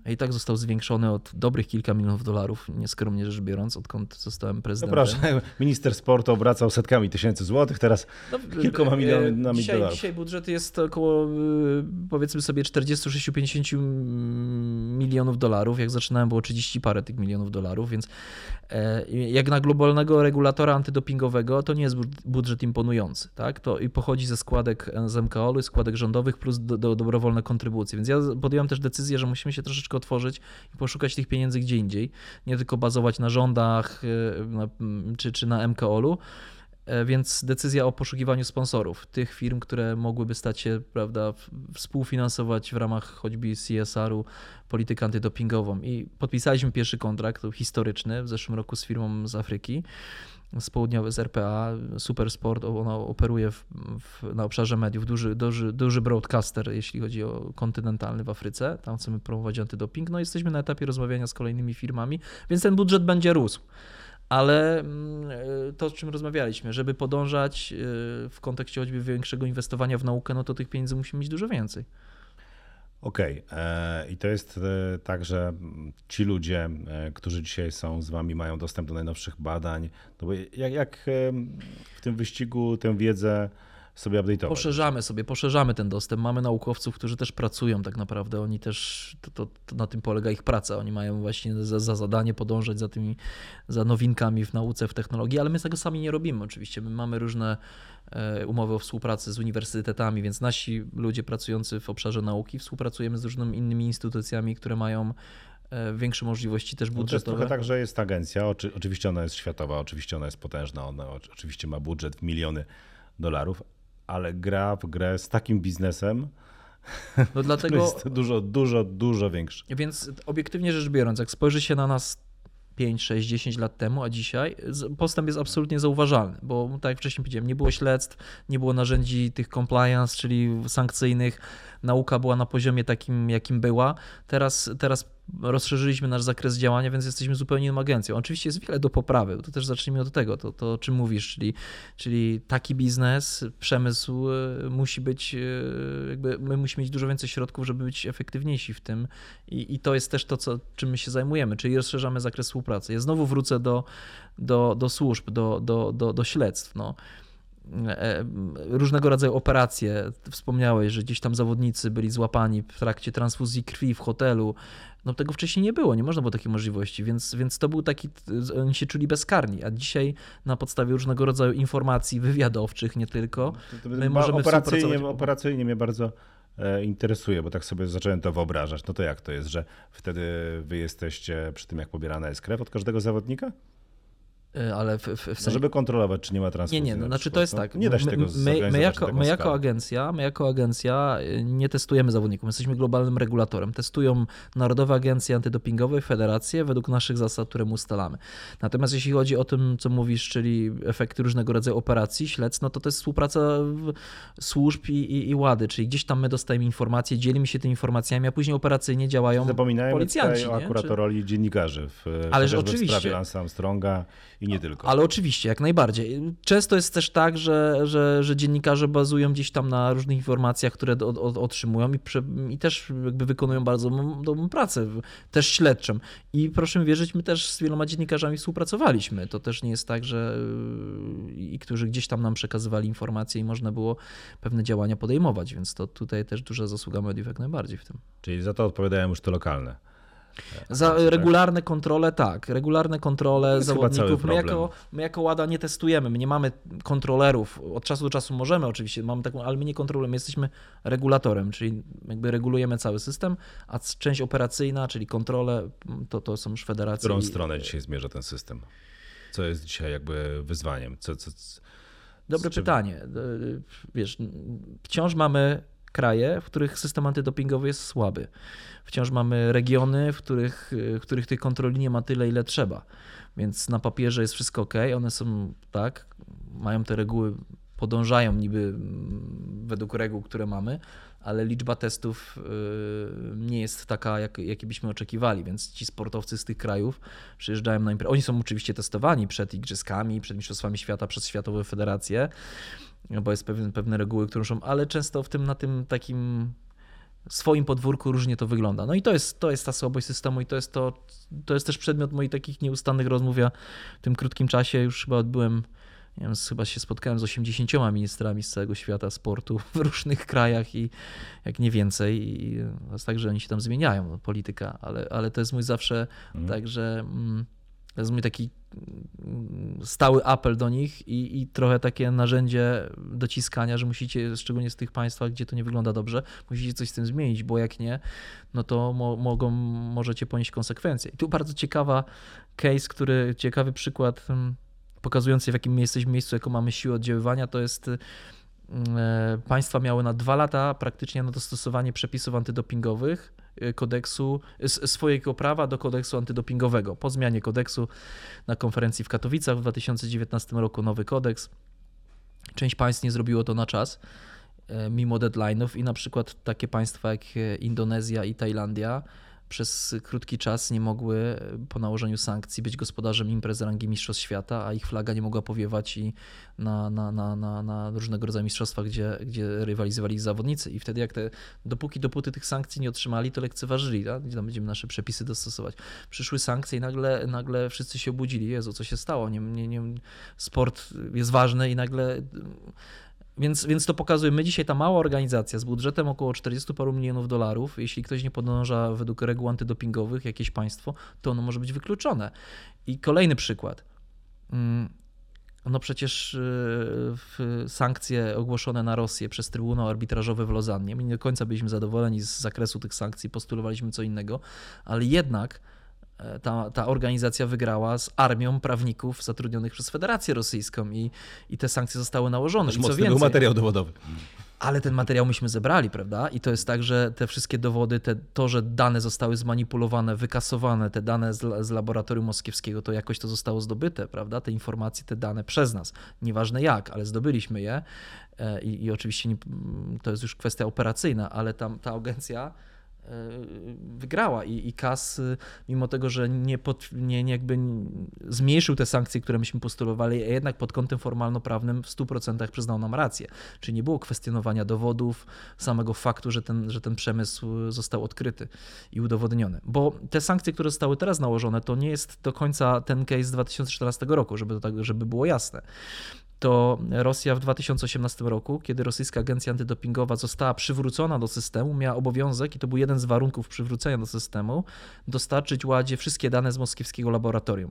i tak został zwiększony od dobrych kilka milionów dolarów, nieskromnie rzecz biorąc, odkąd zostałem No prezydentem. proszę, minister sportu obracał setkami tysięcy złotych, teraz No, kilkoma milionami dzisiaj, dolarów. Dzisiaj budżet jest około, powiedzmy sobie, czterdzieści sześć do pięćdziesięciu milionów dolarów. Jak zaczynałem, było trzydzieści parę tych milionów dolarów, więc jak na globalnego regulatora antydopingowego to nie jest budżet imponujący. Tak? To i pochodzi ze składek z M K O L-u, składek rządowych plus do, do dobrowolne kontrybucje. Więc ja podjąłem też decyzję, że musimy się troszeczkę otworzyć i poszukać tych pieniędzy gdzie indziej. Nie tylko bazować na rządach na, czy, czy na M K O L-u. Więc decyzja o poszukiwaniu sponsorów, tych firm, które mogłyby stać się, prawda, współfinansować w ramach choćby C S R-u politykę antydopingową. I podpisaliśmy pierwszy kontrakt, to historyczny, w zeszłym roku z firmą z Afryki, z południowej, z R P A, Supersport. Ona operuje w, w, na obszarze mediów, duży, duży, duży broadcaster, jeśli chodzi o kontynentalny w Afryce. Tam chcemy promować antydoping. No jesteśmy na etapie rozmawiania z kolejnymi firmami, więc ten budżet będzie rósł. Ale to, o czym rozmawialiśmy, żeby podążać w kontekście choćby większego inwestowania w naukę, no to tych pieniędzy musimy mieć dużo więcej. Okej. Okay. I to jest tak, że ci ludzie, którzy dzisiaj są z wami, mają dostęp do najnowszych badań. No bo jak, jak w tym wyścigu tę wiedzę sobie update'ować? Poszerzamy sobie, poszerzamy ten dostęp. Mamy naukowców, którzy też pracują tak naprawdę. Oni też, to, to, to na tym polega ich praca. Oni mają właśnie za, za zadanie podążać za tymi, za nowinkami w nauce, w technologii, ale my tego sami nie robimy oczywiście. My mamy różne umowy o współpracy z uniwersytetami, więc nasi ludzie pracujący w obszarze nauki współpracujemy z różnymi innymi instytucjami, które mają większe możliwości też budżetowe. To jest trochę tak, że jest agencja, oczywiście ona jest światowa, oczywiście ona jest potężna, ona oczywiście ma budżet w miliony dolarów, ale gra w grę z takim biznesem, no dlatego jest dużo, dużo, dużo większy. Więc obiektywnie rzecz biorąc, jak spojrzy się na nas pięć, sześć, dziesięć lat temu, a dzisiaj postęp jest absolutnie zauważalny, bo tak jak wcześniej powiedziałem, nie było śledztw, nie było narzędzi tych compliance, czyli sankcyjnych, nauka była na poziomie takim, jakim była. Teraz, teraz rozszerzyliśmy nasz zakres działania, więc jesteśmy zupełnie inną agencją. Oczywiście jest wiele do poprawy, to też zacznijmy od tego, to, to o czym mówisz, czyli, czyli taki biznes, przemysł musi być, jakby my musimy mieć dużo więcej środków, żeby być efektywniejsi w tym i, i to jest też to, co, czym my się zajmujemy, czyli rozszerzamy zakres współpracy. Ja znowu wrócę do, do, do służb, do, do, do, do śledztw. No. Różnego rodzaju operacje. Wspomniałeś, że gdzieś tam zawodnicy byli złapani w trakcie transfuzji krwi w hotelu. No tego wcześniej nie było, nie można było takiej możliwości, więc, więc to był taki, oni się czuli bezkarni, a dzisiaj na podstawie różnego rodzaju informacji wywiadowczych, nie tylko, to, to my możemy operacyjnie, operacyjnie mnie bardzo interesuje, bo tak sobie zacząłem to wyobrażać. No to jak to jest, że wtedy wy jesteście przy tym, jak pobierana jest krew od każdego zawodnika? Ale w, w, w sensie... no, żeby kontrolować, czy nie ma transfuzji. Nie, nie, no, znaczy to jest no, tak. Nie da się tego my, my, my, jako, my, jako skalę. agencja, my jako agencja nie testujemy zawodników, my jesteśmy globalnym regulatorem. Testują narodowe agencje antydopingowe, federacje według naszych zasad, które my ustalamy. Natomiast jeśli chodzi o tym, co mówisz, czyli efekty różnego rodzaju operacji, śledztw, no to to jest współpraca służb i, i, i łady, czyli gdzieś tam my dostajemy informacje, dzielimy się tymi informacjami, a później operacyjnie działają Zapominajmy policjanci. Tutaj akurat Czy... o roli dziennikarzy w, Ale w oczywiście. sprawie Lance'a Armstronga i nie tylko. Ale oczywiście, jak najbardziej. Często jest też tak, że, że, że dziennikarze bazują gdzieś tam na różnych informacjach, które od, od, otrzymują i, prze, i też jakby wykonują bardzo dobrą pracę, też śledczą. I proszę mi wierzyć, my też z wieloma dziennikarzami współpracowaliśmy. To też nie jest tak, że i którzy gdzieś tam nam przekazywali informacje i można było pewne działania podejmować, więc to tutaj też duża zasługa mediów jak najbardziej w tym. Czyli za to odpowiadają już te lokalne. Za regularne kontrole, tak. Regularne kontrole zawodników. My my jako, my jako łada nie testujemy, my nie mamy kontrolerów. Od czasu do czasu możemy oczywiście, mamy taką, ale my nie kontrolujemy, my jesteśmy regulatorem, czyli jakby regulujemy cały system, a część operacyjna, czyli kontrole, to, to są już federacje. W którą stronę dzisiaj zmierza ten system? Co jest dzisiaj jakby wyzwaniem? Co, co, co, Dobre czym... pytanie. Wiesz, wciąż mamy kraje, w których system antydopingowy jest słaby. Wciąż mamy regiony, w których, w których tej kontroli nie ma tyle, ile trzeba. Więc na papierze jest wszystko ok, one są tak, mają te reguły, podążają niby według reguł, które mamy, ale liczba testów nie jest taka, jak, jakiej byśmy oczekiwali, więc ci sportowcy z tych krajów przyjeżdżają na imprezę. Oni są oczywiście testowani przed igrzyskami, przed mistrzostwami świata, przez światowe federacje, bo jest pewne, pewne reguły, które muszą, ale często w tym, na tym takim swoim podwórku różnie to wygląda. No i to jest, to jest ta słabość systemu i to jest to, to jest też przedmiot moich takich nieustannych rozmów. Ja w tym krótkim czasie już chyba odbyłem, nie wiem, chyba się spotkałem z osiemdziesięcioma ministrami z całego świata sportu w różnych krajach i jak nie więcej. I to jest tak, że oni się tam zmieniają, no, polityka, ale, ale to jest mój zawsze mm. tak, że mm, to jest mój taki stały apel do nich i, i trochę takie narzędzie dociskania, że musicie, szczególnie z tych państwa, gdzie to nie wygląda dobrze, musicie coś z tym zmienić, bo jak nie, no to mo, mogą, możecie ponieść konsekwencje. I tu bardzo ciekawa case, który, ciekawy przykład pokazujący, w jakim jesteśmy miejscu, jaką mamy siłę oddziaływania, to jest państwa miały na dwa lata praktycznie na dostosowanie przepisów antydopingowych kodeksu, swojego prawa do kodeksu antydopingowego. Po zmianie kodeksu na konferencji w Katowicach w dwa tysiące dziewiętnastym roku nowy kodeks. Część państw nie zrobiło to na czas, mimo deadline'ów i na przykład takie państwa jak Indonezja i Tajlandia przez krótki czas nie mogły po nałożeniu sankcji być gospodarzem imprez rangi Mistrzostw Świata, a ich flaga nie mogła powiewać i na, na, na, na, na różnego rodzaju mistrzostwach, gdzie, gdzie rywalizowali ich zawodnicy. I wtedy jak te, dopóki dopóty tych sankcji nie otrzymali, to lekceważyli, tak? Gdzie tam będziemy nasze przepisy dostosować. Przyszły sankcje i nagle, nagle wszyscy się obudzili. Jezu, co się stało? Nie, nie, nie, sport jest ważny i nagle... Więc, więc to pokazuje, my dzisiaj ta mała organizacja z budżetem około czterdziestu paru milionów dolarów, jeśli ktoś nie podąża według reguł antydopingowych, jakieś państwo, to ono może być wykluczone. I kolejny przykład. No przecież sankcje ogłoszone na Rosję przez Trybunał Arbitrażowy w Lozannie, my nie do końca byliśmy zadowoleni z zakresu tych sankcji, postulowaliśmy co innego, ale jednak Ta, ta organizacja wygrała z armią prawników zatrudnionych przez Federację Rosyjską i, i te sankcje zostały nałożone. Też mocny był materiał dowodowy. Ale ten materiał myśmy zebrali, prawda? I to jest tak, że te wszystkie dowody, te, to, że dane zostały zmanipulowane, wykasowane, te dane z, z laboratorium moskiewskiego, to jakoś to zostało zdobyte, prawda? Te informacje, te dane przez nas. Nieważne jak, ale zdobyliśmy je i, i oczywiście nie, to jest już kwestia operacyjna, ale tam ta agencja wygrała i, i K A S, mimo tego, że nie, pod, nie, nie jakby zmniejszył te sankcje, które myśmy postulowali, a jednak pod kątem formalno-prawnym w stu procentach przyznał nam rację. Czyli nie było kwestionowania dowodów, samego faktu, że ten, że ten przemysł został odkryty i udowodniony. Bo te sankcje, które zostały teraz nałożone, to nie jest do końca ten case z dwa tysiące czternastego roku, żeby, to tak, żeby było jasne. To Rosja w dwa tysiące osiemnastym roku, kiedy rosyjska agencja antydopingowa została przywrócona do systemu, miała obowiązek, i to był jeden z warunków przywrócenia do systemu, dostarczyć Ładzie wszystkie dane z moskiewskiego laboratorium.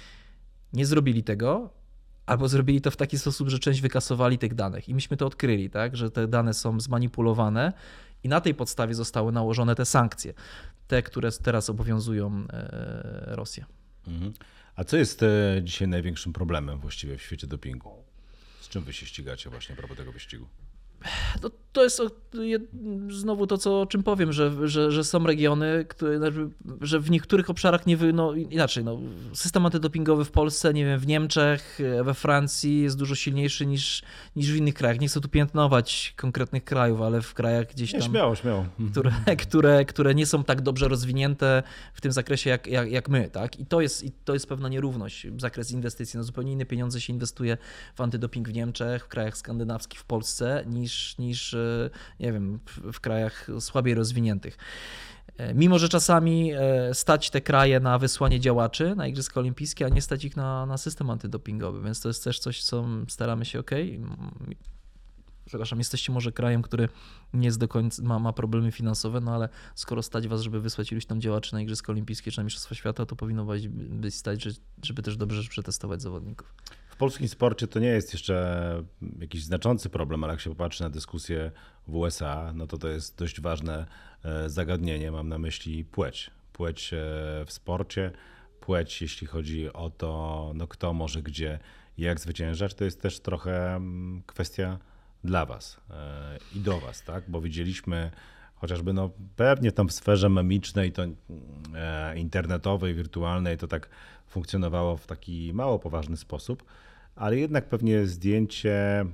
Nie zrobili tego, albo zrobili to w taki sposób, że część wykasowali tych danych. I myśmy to odkryli, tak, że te dane są zmanipulowane i na tej podstawie zostały nałożone te sankcje, te, które teraz obowiązują Rosję. Mhm. A co jest dzisiaj największym problemem właściwie w świecie dopingu? Z czym wy się ścigacie właśnie a propos tego wyścigu? No, to jest znowu to, co, o czym powiem, że, że, że są regiony, które, że w niektórych obszarach nie wy, no inaczej, no, system antydopingowy w Polsce, nie wiem, w Niemczech, we Francji jest dużo silniejszy niż, niż w innych krajach. Nie chcę tu piętnować konkretnych krajów, ale w krajach gdzieś tam, nie, śmiało, śmiało. Które, które, które nie są tak dobrze rozwinięte w tym zakresie jak, jak, jak my, tak? I to jest, i to jest pewna nierówność, zakres inwestycji. No, zupełnie inne pieniądze się inwestuje w antydoping w Niemczech, w krajach skandynawskich, w Polsce, niż, niż nie wiem, w krajach słabiej rozwiniętych. Mimo że czasami stać te kraje na wysłanie działaczy na Igrzyska Olimpijskie, a nie stać ich na, na system antydopingowy, więc to jest też coś, co staramy się, okej, okay. Przepraszam, jesteście może krajem, który nie jest do końca, ma, ma problemy finansowe, no ale skoro stać was, żeby wysłać iluś tam działaczy na Igrzyska Olimpijskie czy na Mistrzostwa Świata, to powinno być, być stać, żeby też dobrze przetestować zawodników. W polskim sporcie to nie jest jeszcze jakiś znaczący problem, ale jak się popatrzy na dyskusję w U S A, no to to jest dość ważne zagadnienie. Mam na myśli płeć. Płeć w sporcie, płeć jeśli chodzi o to, no kto może gdzie i jak zwyciężać, to jest też trochę kwestia dla was i do was, tak? Bo widzieliśmy chociażby no pewnie tam w sferze memicznej, to internetowej, wirtualnej, to tak funkcjonowało w taki mało poważny sposób, ale jednak pewnie zdjęcie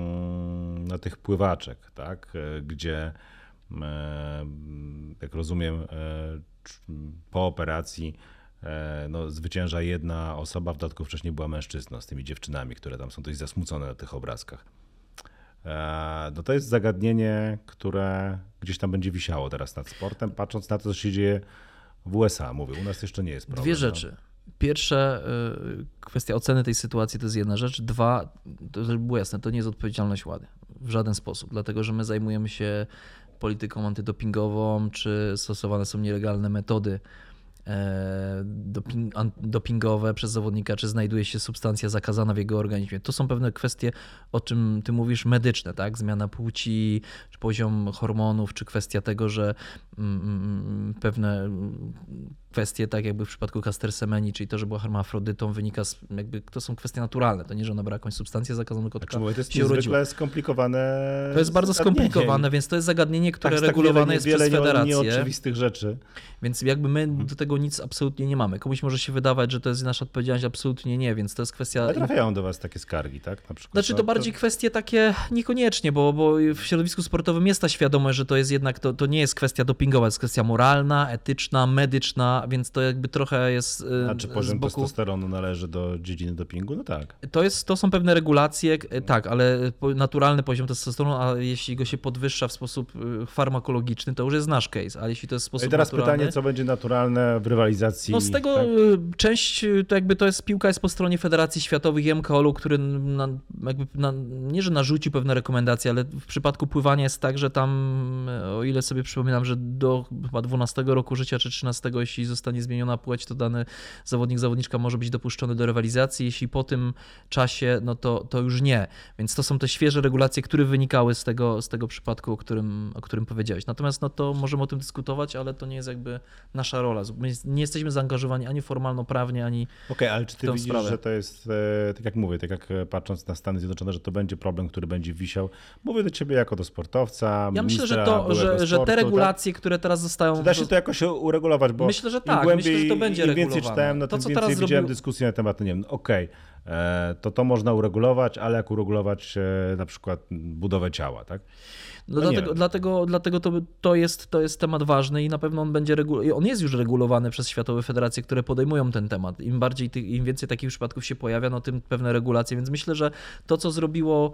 no, tych pływaczek, tak? Gdzie jak rozumiem po operacji no, zwycięża jedna osoba, w dodatku wcześniej była mężczyzną z tymi dziewczynami, które tam są dość zasmucone na tych obrazkach. No to jest zagadnienie, które gdzieś tam będzie wisiało teraz nad sportem, patrząc na to, co się dzieje w U S A. Mówię, u nas jeszcze nie jest problem. Dwie rzeczy. Pierwsze, kwestia oceny tej sytuacji to jest jedna rzecz. Dwa, to żeby było jasne, to nie jest odpowiedzialność władzy w żaden sposób, dlatego że my zajmujemy się polityką antydopingową, czy stosowane są nielegalne metody doping, dopingowe przez zawodnika, czy znajduje się substancja zakazana w jego organizmie. To są pewne kwestie, o czym ty mówisz, medyczne, tak? Zmiana płci, czy poziom hormonów, czy kwestia tego, że mm, pewne kwestie, tak jakby w przypadku Caster Semeni, czyli to, że była hermafrodytą, wynika z, jakby, to są kwestie naturalne, to nie, że ona brała jakąś substancję zakazaną, tylko znaczy, to jest się urodziła. niezwykle skomplikowane. To jest bardzo skomplikowane, więc to jest zagadnienie, które tak, regulowane tak wiele, jest wiele przez federację. Nieoczywistych rzeczy. Więc jakby my do tego nic absolutnie nie mamy. Komuś może się wydawać, że to jest nasza odpowiedzialność, absolutnie nie, więc to jest kwestia... Ale trafiają do was takie skargi, tak? Na przykład, znaczy to no, bardziej to... kwestie takie niekoniecznie, bo, bo w środowisku sportowym jest ta świadomość, że to jest jednak, to, to nie jest kwestia dopingowa, to jest kwestia moralna, etyczna, medyczna, więc to jakby trochę jest A czy poziom boku... testosteronu należy do dziedziny dopingu? No tak. To, jest, to są pewne regulacje, tak, ale naturalny poziom testosteronu, a jeśli go się podwyższa w sposób farmakologiczny, to już jest nasz case, a jeśli to jest w sposób I teraz naturalny... pytanie, co będzie naturalne w rywalizacji? No z tego tak? część, to jakby to jest piłka jest po stronie Federacji Światowych i M K O-u, który na, jakby na, nie, że narzucił pewne rekomendacje, ale w przypadku pływania jest tak, że tam, o ile sobie przypominam, że do chyba dwunastego roku życia czy trzynastego, jeśli zostanie zmieniona płeć, to dany zawodnik, zawodniczka może być dopuszczony do rywalizacji, jeśli po tym czasie, no to, to już nie. Więc to są te świeże regulacje, które wynikały z tego, z tego przypadku, o którym, o którym powiedziałeś. Natomiast no to możemy o tym dyskutować, ale to nie jest jakby nasza rola. My nie jesteśmy zaangażowani ani formalno-prawnie, ani Okej, okay, ale czy ty widzisz, sprawę. że to jest, tak jak mówię, tak jak patrząc na Stany Zjednoczone, że to będzie problem, który będzie wisiał? Mówię do ciebie jako do sportowca, ja myślę, że, to, że, sportu, że te regulacje, tak? które teraz zostają... Czy da się to jakoś uregulować? Bo myślę, że tak. Głębiej, myślę, że to będzie im regulowane. więcej czytałem, no to, tym co więcej teraz widziałem zrobił... dyskusji na temat, no nie wiem, okej, okay, to to można uregulować, ale jak uregulować na przykład budowę ciała, tak? No no dlatego, dlatego, dlatego to, to, jest, to jest temat ważny i na pewno on będzie regu- on jest już regulowany przez światowe federacje, które podejmują ten temat. Im bardziej, im więcej takich przypadków się pojawia, no tym pewne regulacje. Więc myślę, że to, co zrobiło,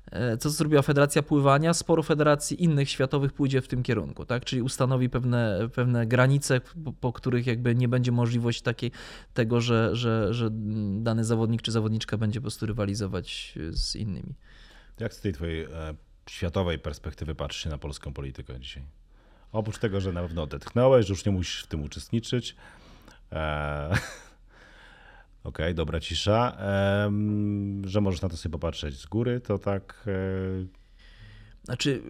co zrobiła Federacja Pływania, sporo federacji innych światowych pójdzie w tym kierunku, tak? Czyli ustanowi pewne, pewne granice, po, po których jakby nie będzie możliwości takiej tego, że, że, że dany zawodnik czy zawodniczka będzie po prostu rywalizować z innymi. Jak z tej twojej światowej perspektywy patrzysz się na polską politykę dzisiaj? Oprócz tego, że na pewno odetchnąłeś, że już nie musisz w tym uczestniczyć. Eee, Okej, okay, dobra cisza. Eee, że możesz na to sobie popatrzeć z góry, to tak... Eee... Znaczy...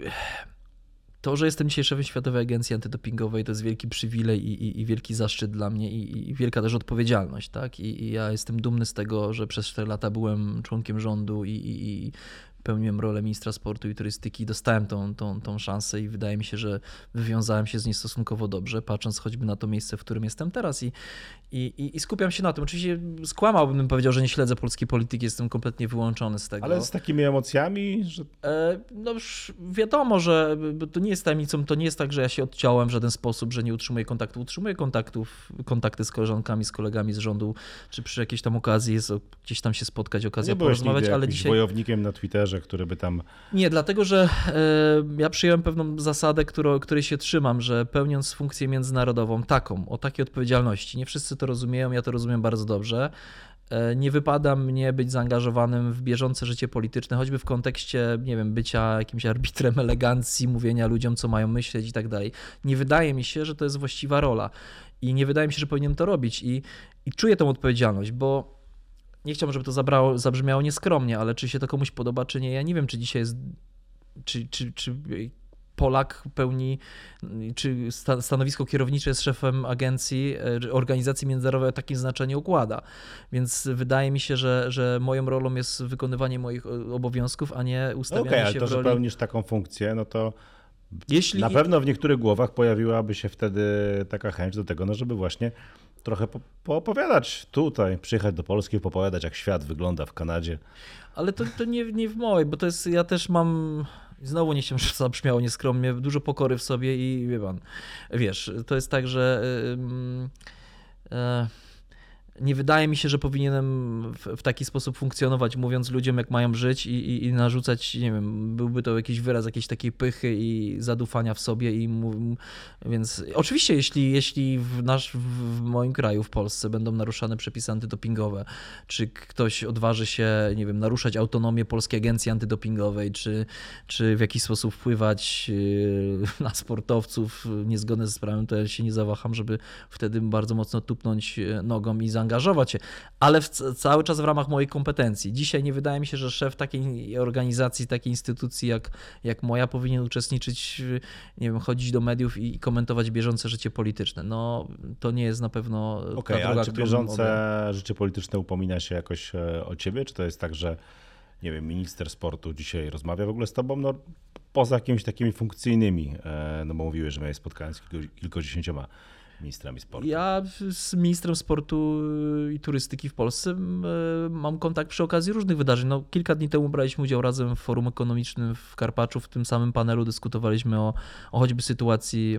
To, że jestem dzisiaj szefem Światowej Agencji Antydopingowej, to jest wielki przywilej i, i, i wielki zaszczyt dla mnie i, i wielka też odpowiedzialność. Tak? I, I ja jestem dumny z tego, że przez cztery lata byłem członkiem rządu i, i, i pełniłem rolę ministra sportu i turystyki. Dostałem tą, tą, tą szansę i wydaje mi się, że wywiązałem się z niej stosunkowo dobrze, patrząc choćby na to miejsce, w którym jestem teraz i, i, i skupiam się na tym. Oczywiście skłamałbym, bym powiedział, że nie śledzę polskiej polityki, jestem kompletnie wyłączony z tego. Ale z takimi emocjami? Że... E, no już wiadomo, że to nie jest tajemnicą, to nie jest tak, że ja się odciąłem w żaden sposób, że nie utrzymuję kontaktu. Utrzymuję kontaktów, kontakty z koleżankami, z kolegami z rządu, czy przy jakiejś tam okazji jest gdzieś tam się spotkać, okazja nie porozmawiać, ale dzisiaj... wojownikiem na Twitterze, który by tam... Nie, dlatego, że e, ja przyjąłem pewną zasadę, którą, której się trzymam, że pełniąc funkcję międzynarodową, taką, o takiej odpowiedzialności, nie wszyscy to rozumieją, ja to rozumiem bardzo dobrze, e, nie wypada mnie być zaangażowanym w bieżące życie polityczne, choćby w kontekście, nie wiem, bycia jakimś arbitrem elegancji, mówienia ludziom, co mają myśleć i tak dalej. Nie wydaje mi się, że to jest właściwa rola i nie wydaje mi się, że powinien to robić i, i czuję tą odpowiedzialność, bo nie chciałbym, żeby to zabrało, zabrzmiało nieskromnie, ale czy się to komuś podoba, czy nie, ja nie wiem, czy dzisiaj jest, czy, czy, czy Polak pełni, czy stanowisko kierownicze jest szefem agencji, organizacji międzynarodowej o takim znaczeniu układa. Więc wydaje mi się, że, że moją rolą jest wykonywanie moich obowiązków, a nie ustawianie okay, się ale to, w roli... że pełnisz taką funkcję, no to Jeśli... na pewno w niektórych głowach pojawiłaby się wtedy taka chęć do tego, no żeby właśnie trochę po, poopowiadać tutaj, przyjechać do Polski, poopowiadać, jak świat wygląda w Kanadzie. Ale to, to nie, nie w mojej, bo to jest, ja też mam, znowu nie chciałem, żeby to zabrzmiało nieskromnie, dużo pokory w sobie i wie pan, wiesz, to jest tak, że yy, yy, nie wydaje mi się, że powinienem w, w taki sposób funkcjonować, mówiąc ludziom, jak mają żyć i, i, i narzucać, nie wiem, byłby to jakiś wyraz jakiejś takiej pychy i zadufania w sobie. I mów, więc oczywiście, jeśli, jeśli w, nasz, w moim kraju, w Polsce będą naruszane przepisy antydopingowe, czy ktoś odważy się, nie wiem, naruszać autonomię Polskiej Agencji Antydopingowej, czy, czy w jakiś sposób wpływać na sportowców niezgodne ze prawem, to ja się nie zawaham, żeby wtedy bardzo mocno tupnąć nogą i zaangażować się, ale w, cały czas w ramach mojej kompetencji. Dzisiaj nie wydaje mi się, że szef takiej organizacji, takiej instytucji jak, jak moja powinien uczestniczyć, nie wiem, chodzić do mediów i komentować bieżące życie polityczne. No to nie jest na pewno Okej, ta droga, ale czy którą bieżące obrałem. życie polityczne upomina się jakoś o ciebie, czy to jest tak, że nie wiem, minister sportu dzisiaj rozmawia w ogóle z tobą, no poza jakimiś takimi funkcyjnymi, no bo mówiłeś, że miałeś spotkanie z kilku, kilkudziesięcioma ministrami sportu. Ja z ministrem sportu i turystyki w Polsce mam kontakt przy okazji różnych wydarzeń. No, kilka dni temu braliśmy udział razem w forum ekonomicznym w Karpaczu. W tym samym panelu dyskutowaliśmy o, o choćby sytuacji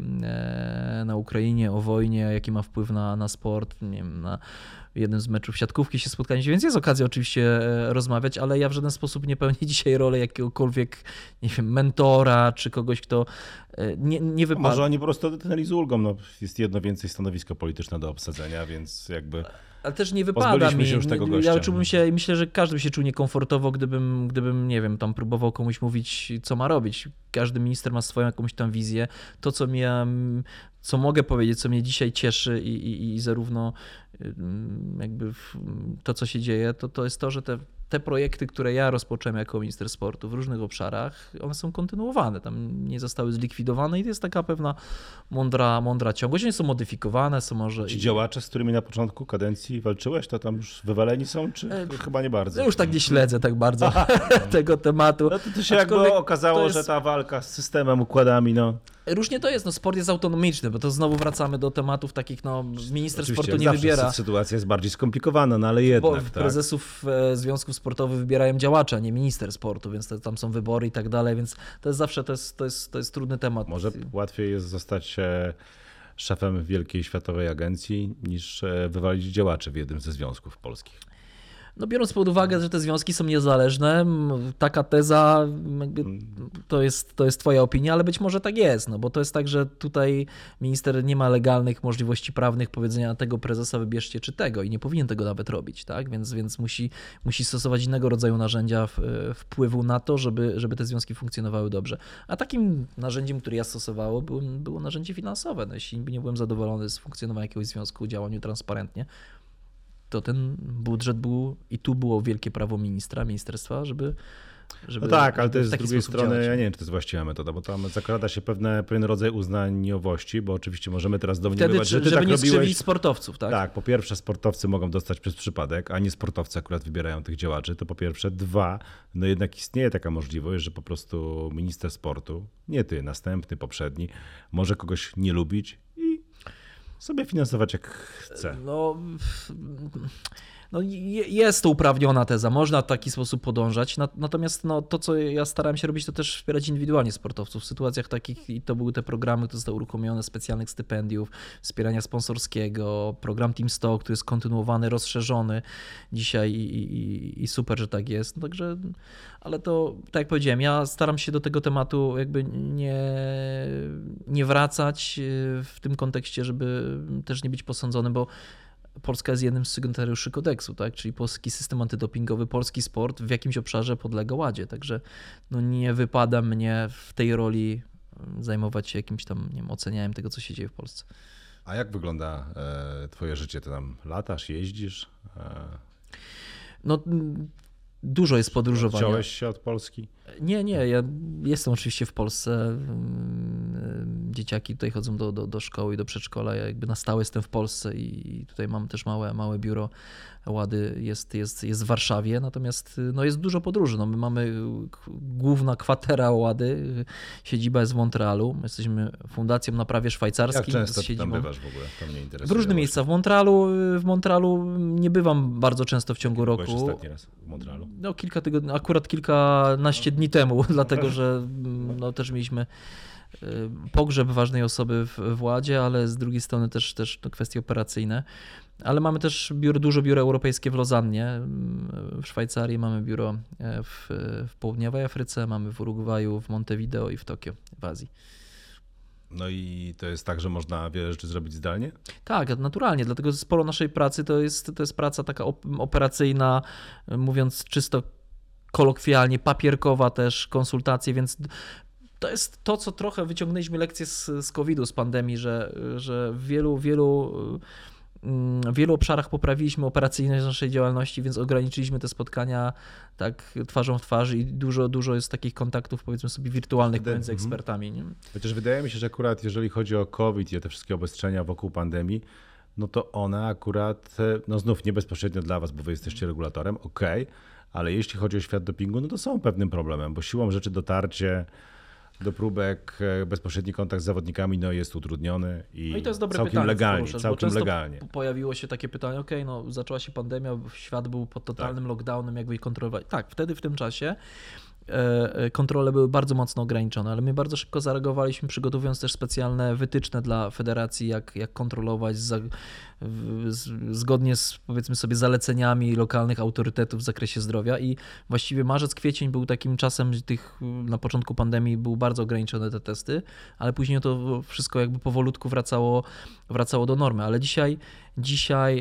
na Ukrainie, o wojnie, jaki ma wpływ na, na sport, nie wiem, na jednym z meczów siatkówki się spotkaliśmy, więc jest okazja oczywiście rozmawiać, ale ja w żaden sposób nie pełnię dzisiaj roli jakiegokolwiek, nie wiem, mentora, czy kogoś, kto nie, nie wypada. Może oni po prostu odetchnęli z ulgą, no jest jedno więcej stanowisko polityczne do obsadzenia, więc jakby... Ale też nie wypada mi. Się już tego gościa. Ja czułbym się, myślę, że każdy by się czuł niekomfortowo, gdybym, gdybym, nie wiem, tam próbował komuś mówić, co ma robić. Każdy minister ma swoją jakąś tam wizję. To, co mnie, co mogę powiedzieć, co mnie dzisiaj cieszy i, i, i zarówno jakby to, co się dzieje, to, to jest to, że te te projekty, które ja rozpocząłem jako minister sportu w różnych obszarach, one są kontynuowane, tam nie zostały zlikwidowane i to jest taka pewna mądra, mądra ciągłość. One są modyfikowane, są może... Ci działacze, z którymi na początku kadencji walczyłeś, to tam już wywaleni są, czy e... chyba nie bardzo? Ja już tak nie śledzę tak bardzo tego tematu. No to, to się jakby okazało, jest... że ta walka z systemem, układami, no... Różnie to jest, no sport jest autonomiczny, bo to znowu wracamy do tematów takich, no minister Oczywiście, sportu nie zawsze wybiera. Sytuacja jest bardziej skomplikowana, no ale jednak. Bo tak. prezesów związków sportowych wybierają działacze, a nie minister sportu, więc to, tam są wybory i tak dalej, więc to jest zawsze, to jest, to jest, to jest trudny temat. Może łatwiej jest zostać szefem wielkiej światowej agencji niż wywalić działaczy w jednym ze związków polskich. No biorąc pod uwagę, że te związki są niezależne, taka teza jakby to jest, to jest twoja opinia, ale być może tak jest, no bo to jest tak, że tutaj minister nie ma legalnych możliwości prawnych powiedzenia tego prezesa wybierzcie czy tego i nie powinien tego nawet robić, tak? Więc, więc musi, musi stosować innego rodzaju narzędzia wpływu na to, żeby, żeby te związki funkcjonowały dobrze. A takim narzędziem, które ja stosowało, było, było narzędzie finansowe. No, jeśli nie byłem zadowolony z funkcjonowania jakiegoś związku, działaniu transparentnie, to ten budżet był i tu było wielkie prawo ministra, ministerstwa, żeby... żeby no tak, ale żeby to jest z drugiej strony, działać. ja nie wiem, czy to jest właściwa metoda, bo tam zakrada się pewne, pewien rodzaj uznaniowości, bo oczywiście możemy teraz domniemywać, Wtedy, że ty żeby tak nie robiłeś. skrzywić sportowców, tak? Tak, po pierwsze sportowcy mogą dostać przez przypadek, a nie sportowcy akurat wybierają tych działaczy, to po pierwsze. Dwa, no jednak istnieje taka możliwość, że po prostu minister sportu, nie ty, następny, poprzedni, może kogoś nie lubić i sobie finansować jak chce. No, no jest to uprawniona teza, można w taki sposób podążać, natomiast no, to, co ja starałem się robić, to też wspierać indywidualnie sportowców w sytuacjach takich, i to były te programy, które zostały uruchomione, specjalnych stypendiów, wspierania sponsorskiego, program Team sto, który jest kontynuowany, rozszerzony dzisiaj i, i, i super, że tak jest. No, także, ale to, tak jak powiedziałem, ja staram się do tego tematu jakby nie, nie wracać w tym kontekście, żeby też nie być posądzonym, bo Polska jest jednym z sygnatariuszy kodeksu, tak? Czyli polski system antydopingowy, polski sport w jakimś obszarze podlega ładzie, także no nie wypada mnie w tej roli zajmować się jakimś tam, nie wiem, ocenianiem tego, co się dzieje w Polsce. A jak wygląda e, twoje życie? Ty tam latasz, jeździsz? E... No dużo jest podróżowania. Odciąłeś się od Polski? Nie, nie, ja jestem oczywiście w Polsce. Dzieciaki tutaj chodzą do, do, do szkoły i do przedszkola. Ja jakby na stałe jestem w Polsce i tutaj mam też małe, małe biuro Łady jest, jest, jest w Warszawie, natomiast no jest dużo podróży. No my mamy główna kwatera Łady, siedziba jest w Montrealu. My jesteśmy fundacją na prawie szwajcarskim. Jak często ty tam bywasz w ogóle? To mnie interesuje. W różne miejsca. W Montrealu, w Montrealu nie bywam bardzo często w ciągu Byłeś roku. ostatni raz w Montrealu? No kilka tygodni, akurat kilkanaście dni temu, dlatego że no, też mieliśmy pogrzeb ważnej osoby w, w Ładzie, ale z drugiej strony też, też to kwestie operacyjne. Ale mamy też biuro, dużo biur europejskie w Lozannie, w Szwajcarii, mamy biuro w, w południowej Afryce, mamy w Urugwaju, w Montevideo i w Tokio, w Azji. No i to jest tak, że można wiele rzeczy zrobić zdalnie? Tak, naturalnie, dlatego sporo naszej pracy to jest, to jest praca taka operacyjna, mówiąc czysto kolokwialnie, papierkowa też, konsultacje, więc to jest to, co trochę wyciągnęliśmy lekcję z, z kowida, z pandemii, że, że w wielu, wielu, w wielu obszarach poprawiliśmy operacyjność naszej działalności, więc ograniczyliśmy te spotkania tak twarzą w twarz i dużo, dużo jest takich kontaktów, powiedzmy sobie, wirtualnych pomiędzy ekspertami. Nie? Chociaż wydaje mi się, że akurat jeżeli chodzi o COVID i te wszystkie obostrzenia wokół pandemii, no to one akurat, no znów nie bezpośrednio dla was, bo wy jesteście regulatorem, okej, okay, ale jeśli chodzi o świat dopingu, no to są pewnym problemem, bo siłą rzeczy dotarcie do próbek, bezpośredni kontakt z zawodnikami no jest utrudniony i, no i to jest dobre całkiem pytanie, legalnie, poruszasz, całkiem bo legalnie. Pojawiło się takie pytanie, okej, okay, no zaczęła się pandemia, świat był pod totalnym tak. lockdownem, jak go kontrolować. Tak, wtedy w tym czasie kontrole były bardzo mocno ograniczone, ale my bardzo szybko zareagowaliśmy, przygotowując też specjalne wytyczne dla federacji, jak, jak kontrolować za, z, zgodnie z, powiedzmy sobie, zaleceniami lokalnych autorytetów w zakresie zdrowia i właściwie marzec, kwiecień był takim czasem tych, na początku pandemii były bardzo ograniczone te testy, ale później to wszystko jakby powolutku wracało, wracało do normy, ale dzisiaj Dzisiaj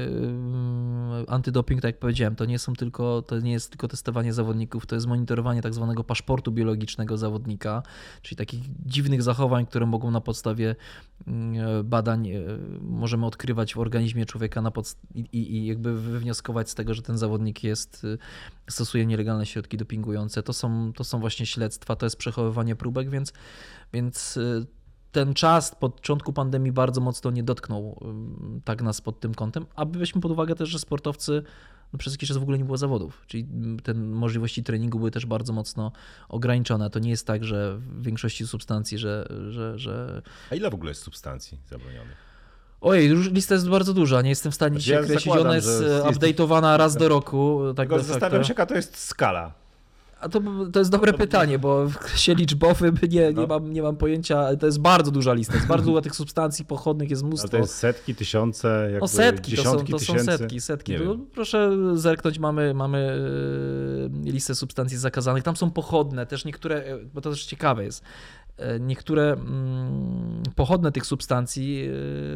yy, antydoping, tak jak powiedziałem, to nie są tylko, to nie jest tylko testowanie zawodników, to jest monitorowanie tak zwanego paszportu biologicznego zawodnika, czyli takich dziwnych zachowań, które mogą na podstawie yy, badań yy, możemy odkrywać w organizmie człowieka na podst- i, i jakby wywnioskować z tego, że ten zawodnik jest, yy, stosuje nielegalne środki dopingujące. To są, to są właśnie śledztwa, to jest przechowywanie próbek, więc, więc yy, ten czas pod początku pandemii bardzo mocno nie dotknął tak nas pod tym kątem, a weźmy pod uwagę też, że sportowcy no przez jakiś czas w ogóle nie było zawodów, czyli te możliwości treningu były też bardzo mocno ograniczone. To nie jest tak, że w większości substancji, że... że, że... A ile w ogóle jest substancji zabronionych? Ojej, lista jest bardzo duża, nie jestem w stanie znaczy, dzisiaj ja określić, ona jest, jest update'owana raz do roku. Tak Tylko zastanawiam się, jaka to jest skala. A to, to jest dobre pytanie, bo w się liczbowym nie, nie, no. mam, nie mam pojęcia, to jest bardzo duża lista, jest bardzo dużo tych substancji pochodnych, jest mnóstwo. Ale to jest setki, tysiące, jakby no setki, dziesiątki to są, to tysięcy? są setki, setki. No, proszę zerknąć, mamy, mamy listę substancji zakazanych, tam są pochodne, też niektóre, bo to też ciekawe jest, niektóre pochodne tych substancji,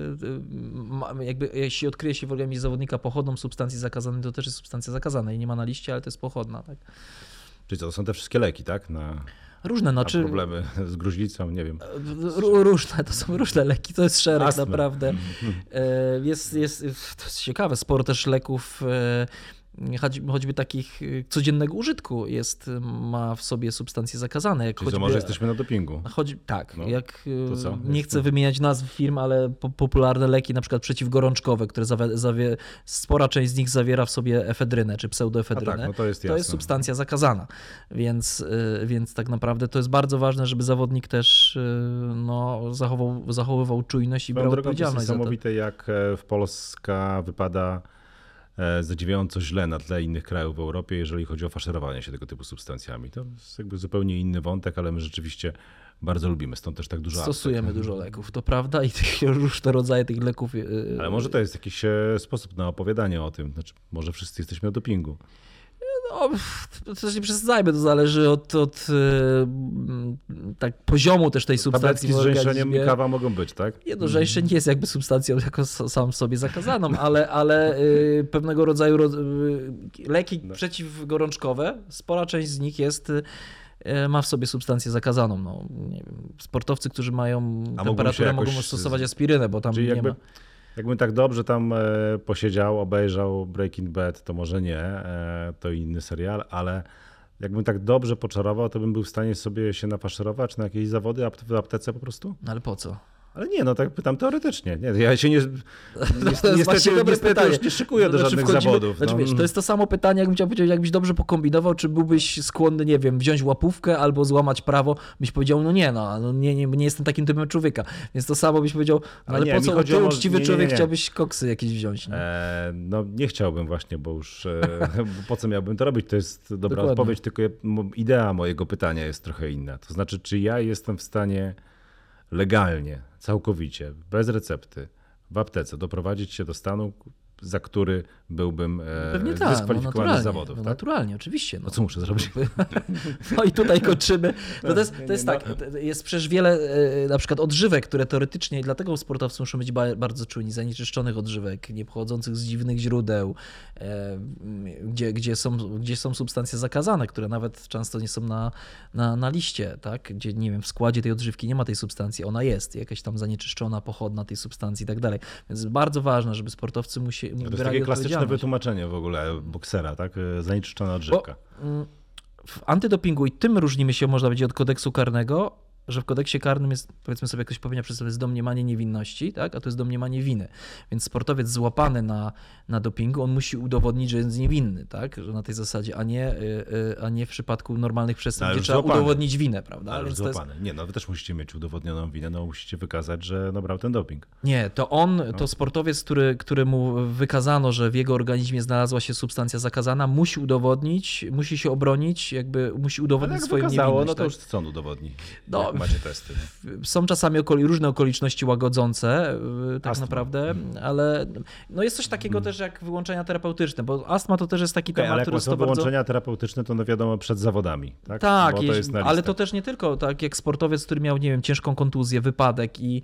jakby jeśli odkryje się w organizmie zawodnika pochodną substancji zakazanej, to też jest substancja zakazana i nie ma na liście, ale to jest pochodna, tak? Czyli co, to są te wszystkie leki, tak? Na, różne, no, na czy... problemy z gruźlicą, nie wiem. Różne, to są różne leki, to jest szereg Astmy. Naprawdę. Jest, jest, to jest ciekawe, sporo też leków, choćby takich codziennego użytku jest, ma w sobie substancje zakazane. Jak Czyli choćby, to może jesteśmy na dopingu. Chodzi, tak, no, jak co? nie chcę wymieniać nazw firm, ale po, popularne leki, na przykład przeciwgorączkowe, które zawie, zawie, spora część z nich zawiera w sobie efedrynę czy pseudoefedrynę. Tak, no to jest to jasne. jest substancja zakazana, więc, więc tak naprawdę to jest bardzo ważne, żeby zawodnik też no, zachował, zachowywał czujność i brał odpowiedzialność za to. Niesamowite, jak w Polska wypada zadziwiająco źle na tle innych krajów w Europie, jeżeli chodzi o faszerowanie się tego typu substancjami. To jest jakby zupełnie inny wątek, ale my rzeczywiście bardzo lubimy, stąd też tak dużo Stosujemy aptek. dużo leków, to prawda, i tych, różne rodzaje tych leków. Ale może to jest jakiś sposób na opowiadanie o tym, znaczy może wszyscy jesteśmy na dopingu. No, to też nie przesadzajmy, to zależy od, od tak, poziomu też tej substancji. Tabletki z żeńszeniem kawa mogą być, tak? Nie, no, żeńszeń nie jest jakby substancją jako sam w sobie zakazaną, ale, ale y, pewnego rodzaju ro, y, leki no. przeciwgorączkowe, spora część z nich jest y, ma w sobie substancję zakazaną. No, nie wiem, sportowcy, którzy mają A temperaturę, mogą stosować aspirynę, bo tam Czyli nie jakby... ma. Jakbym tak dobrze tam posiedział, obejrzał Breaking Bad, to może nie, to inny serial, ale jakbym tak dobrze poczarował, to bym był w stanie sobie się nafaszerować na jakieś zawody w aptece po prostu? No ale po co? Ale nie, no tak pytam teoretycznie. Nie, ja się nie, nie, to jest niestety, dobre niestety pytanie. już nie szykuję do znaczy, żadnych wchodzimy, zawodów. Znaczy, no. wiesz, to jest to samo pytanie, jakbym chciał powiedzieć, jakbyś dobrze pokombinował, czy byłbyś skłonny, nie wiem, wziąć łapówkę albo złamać prawo, byś powiedział, no nie, no, no nie, nie, nie jestem takim typem człowieka. Więc to samo byś powiedział, no ale nie, po co ty, uczciwy nie, nie, człowiek, nie. chciałbyś koksy jakieś wziąć? Nie? E, no nie chciałbym właśnie, bo już e, po co miałbym to robić? To jest dobra Dokładnie. odpowiedź, tylko ja, idea mojego pytania jest trochę inna. To znaczy, czy ja jestem w stanie legalnie, całkowicie, bez recepty, w aptece doprowadzić się do stanu, za który byłbym Pewnie tak, dyskwalifikowany no z zawodów. no tak? Naturalnie, oczywiście. No. No co muszę zrobić? No i tutaj kończymy. No to jest, Nie, nie, to jest no. tak, jest przecież wiele e, na przykład odżywek, które teoretycznie, dlatego sportowcy muszą być ba- bardzo czujni, zanieczyszczonych odżywek, nie pochodzących z dziwnych źródeł, e, gdzie, gdzie, są, gdzie są substancje zakazane, które nawet często nie są na, na, na liście, tak? Gdzie nie wiem, w składzie tej odżywki nie ma tej substancji, ona jest, jakaś tam zanieczyszczona, pochodna tej substancji i tak dalej. Więc jest bardzo ważne, żeby sportowcy musieli To jest takie klasyczne wytłumaczenie w ogóle boksera, tak? Zanieczyszczona odżywka. Bo w antydopingu i tym różnimy się, można powiedzieć, od kodeksu karnego, że w kodeksie karnym jest, powiedzmy sobie, jakoś powinna przedstawiać jest domniemanie niewinności, tak? A to jest domniemanie winy. Więc sportowiec złapany na, na dopingu, on musi udowodnić, że jest niewinny, tak? Że na tej zasadzie, a nie, a nie w przypadku normalnych przestępstw, gdzie trzeba złapany. udowodnić winę, prawda? Ale Więc złapany. jest... Nie, no wy też musicie mieć udowodnioną winę, no musicie wykazać, że no, brał ten doping. Nie, to on, No. to sportowiec, który, któremu wykazano, że w jego organizmie znalazła się substancja zakazana, musi udowodnić, musi się obronić, jakby musi Ale udowodnić jak swoją wykazało, niewinność. no to tak? już co on udowodni? No, Jak macie testy. No. Są czasami okoli, różne okoliczności łagodzące, yy, tak Astma. naprawdę, ale no jest coś takiego też jak wyłączenia terapeutyczne, bo astma to też jest taki Okay, temat, ale jak który są jest to bardzo... wyłączenia terapeutyczne, to no wiadomo przed zawodami, tak? Tak, Bo to jeśli- jest na ale listę. to też nie tylko, tak jak sportowiec, który miał, nie wiem, ciężką kontuzję, wypadek i,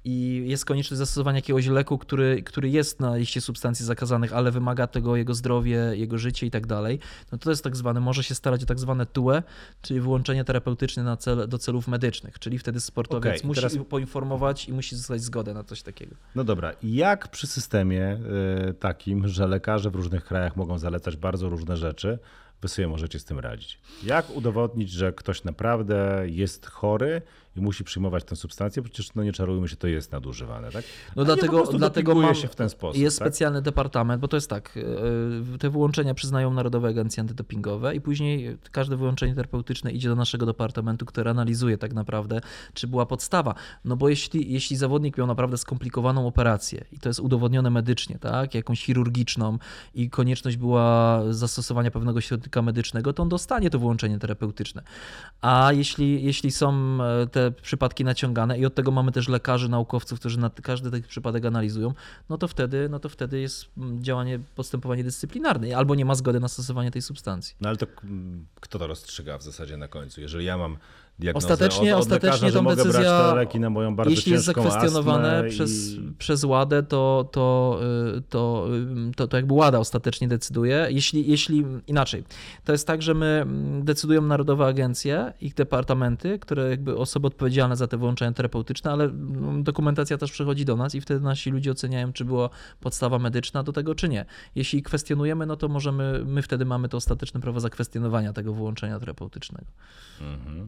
i jest konieczność zastosowania jakiegoś leku, który, który jest na liście substancji zakazanych, ale wymaga tego jego zdrowie, jego życie i tak dalej, no to jest tak zwane, może się starać o tak zwane T U E, czyli wyłączenie terapeutyczne na cel, do celów medycznych, czyli wtedy sportowiec Okej, i musi teraz- poinformować i musi dostać zgodę na coś takiego. No dobra, i jak przy systemie y, takim, że lekarze w różnych krajach mogą zalecać bardzo różne rzeczy, wy sobie możecie z tym radzić? Jak udowodnić, że ktoś naprawdę jest chory i musi przyjmować tę substancję? Przecież no nie czarujmy się, to jest nadużywane, tak? No A dlatego, nie, po prostu dlatego dopinguje mam, się w ten sposób, jest tak? specjalny departament, bo to jest tak, yy, te wyłączenia przyznają Narodowe Agencje Antydopingowe i później każde wyłączenie terapeutyczne idzie do naszego departamentu, który analizuje tak naprawdę, czy była podstawa. No bo jeśli, jeśli zawodnik miał naprawdę skomplikowaną operację i to jest udowodnione medycznie, tak, jakąś chirurgiczną i konieczność była zastosowania pewnego środka medycznego, to on dostanie to wyłączenie terapeutyczne. A jeśli, jeśli są te przypadki naciągane i od tego mamy też lekarzy, naukowców, którzy na każdy taki przypadek analizują, no to wtedy, no to wtedy jest działanie, postępowanie dyscyplinarne albo nie ma zgody na stosowanie tej substancji. No ale to mm, kto to rozstrzyga w zasadzie na końcu? Jeżeli ja mam diagnozę Ostatecznie, od, od ostatecznie lekarza, że tą mogę brać decyzja, te leki na moją bardzo jeśli jest ciężką zakwestionowane astmę przez, i... przez ładę, to, to, to, to, to jakby łada ostatecznie decyduje. Jeśli, jeśli inaczej, to jest tak, że my decydują narodowe agencje, ich departamenty, które jakby osoby odpowiedzialne za te wyłączenia terapeutyczne, ale dokumentacja też przychodzi do nas i wtedy nasi ludzie oceniają, czy była podstawa medyczna do tego, czy nie. Jeśli kwestionujemy, no to możemy, my wtedy mamy to ostateczne prawo zakwestionowania tego wyłączenia terapeutycznego. Mhm.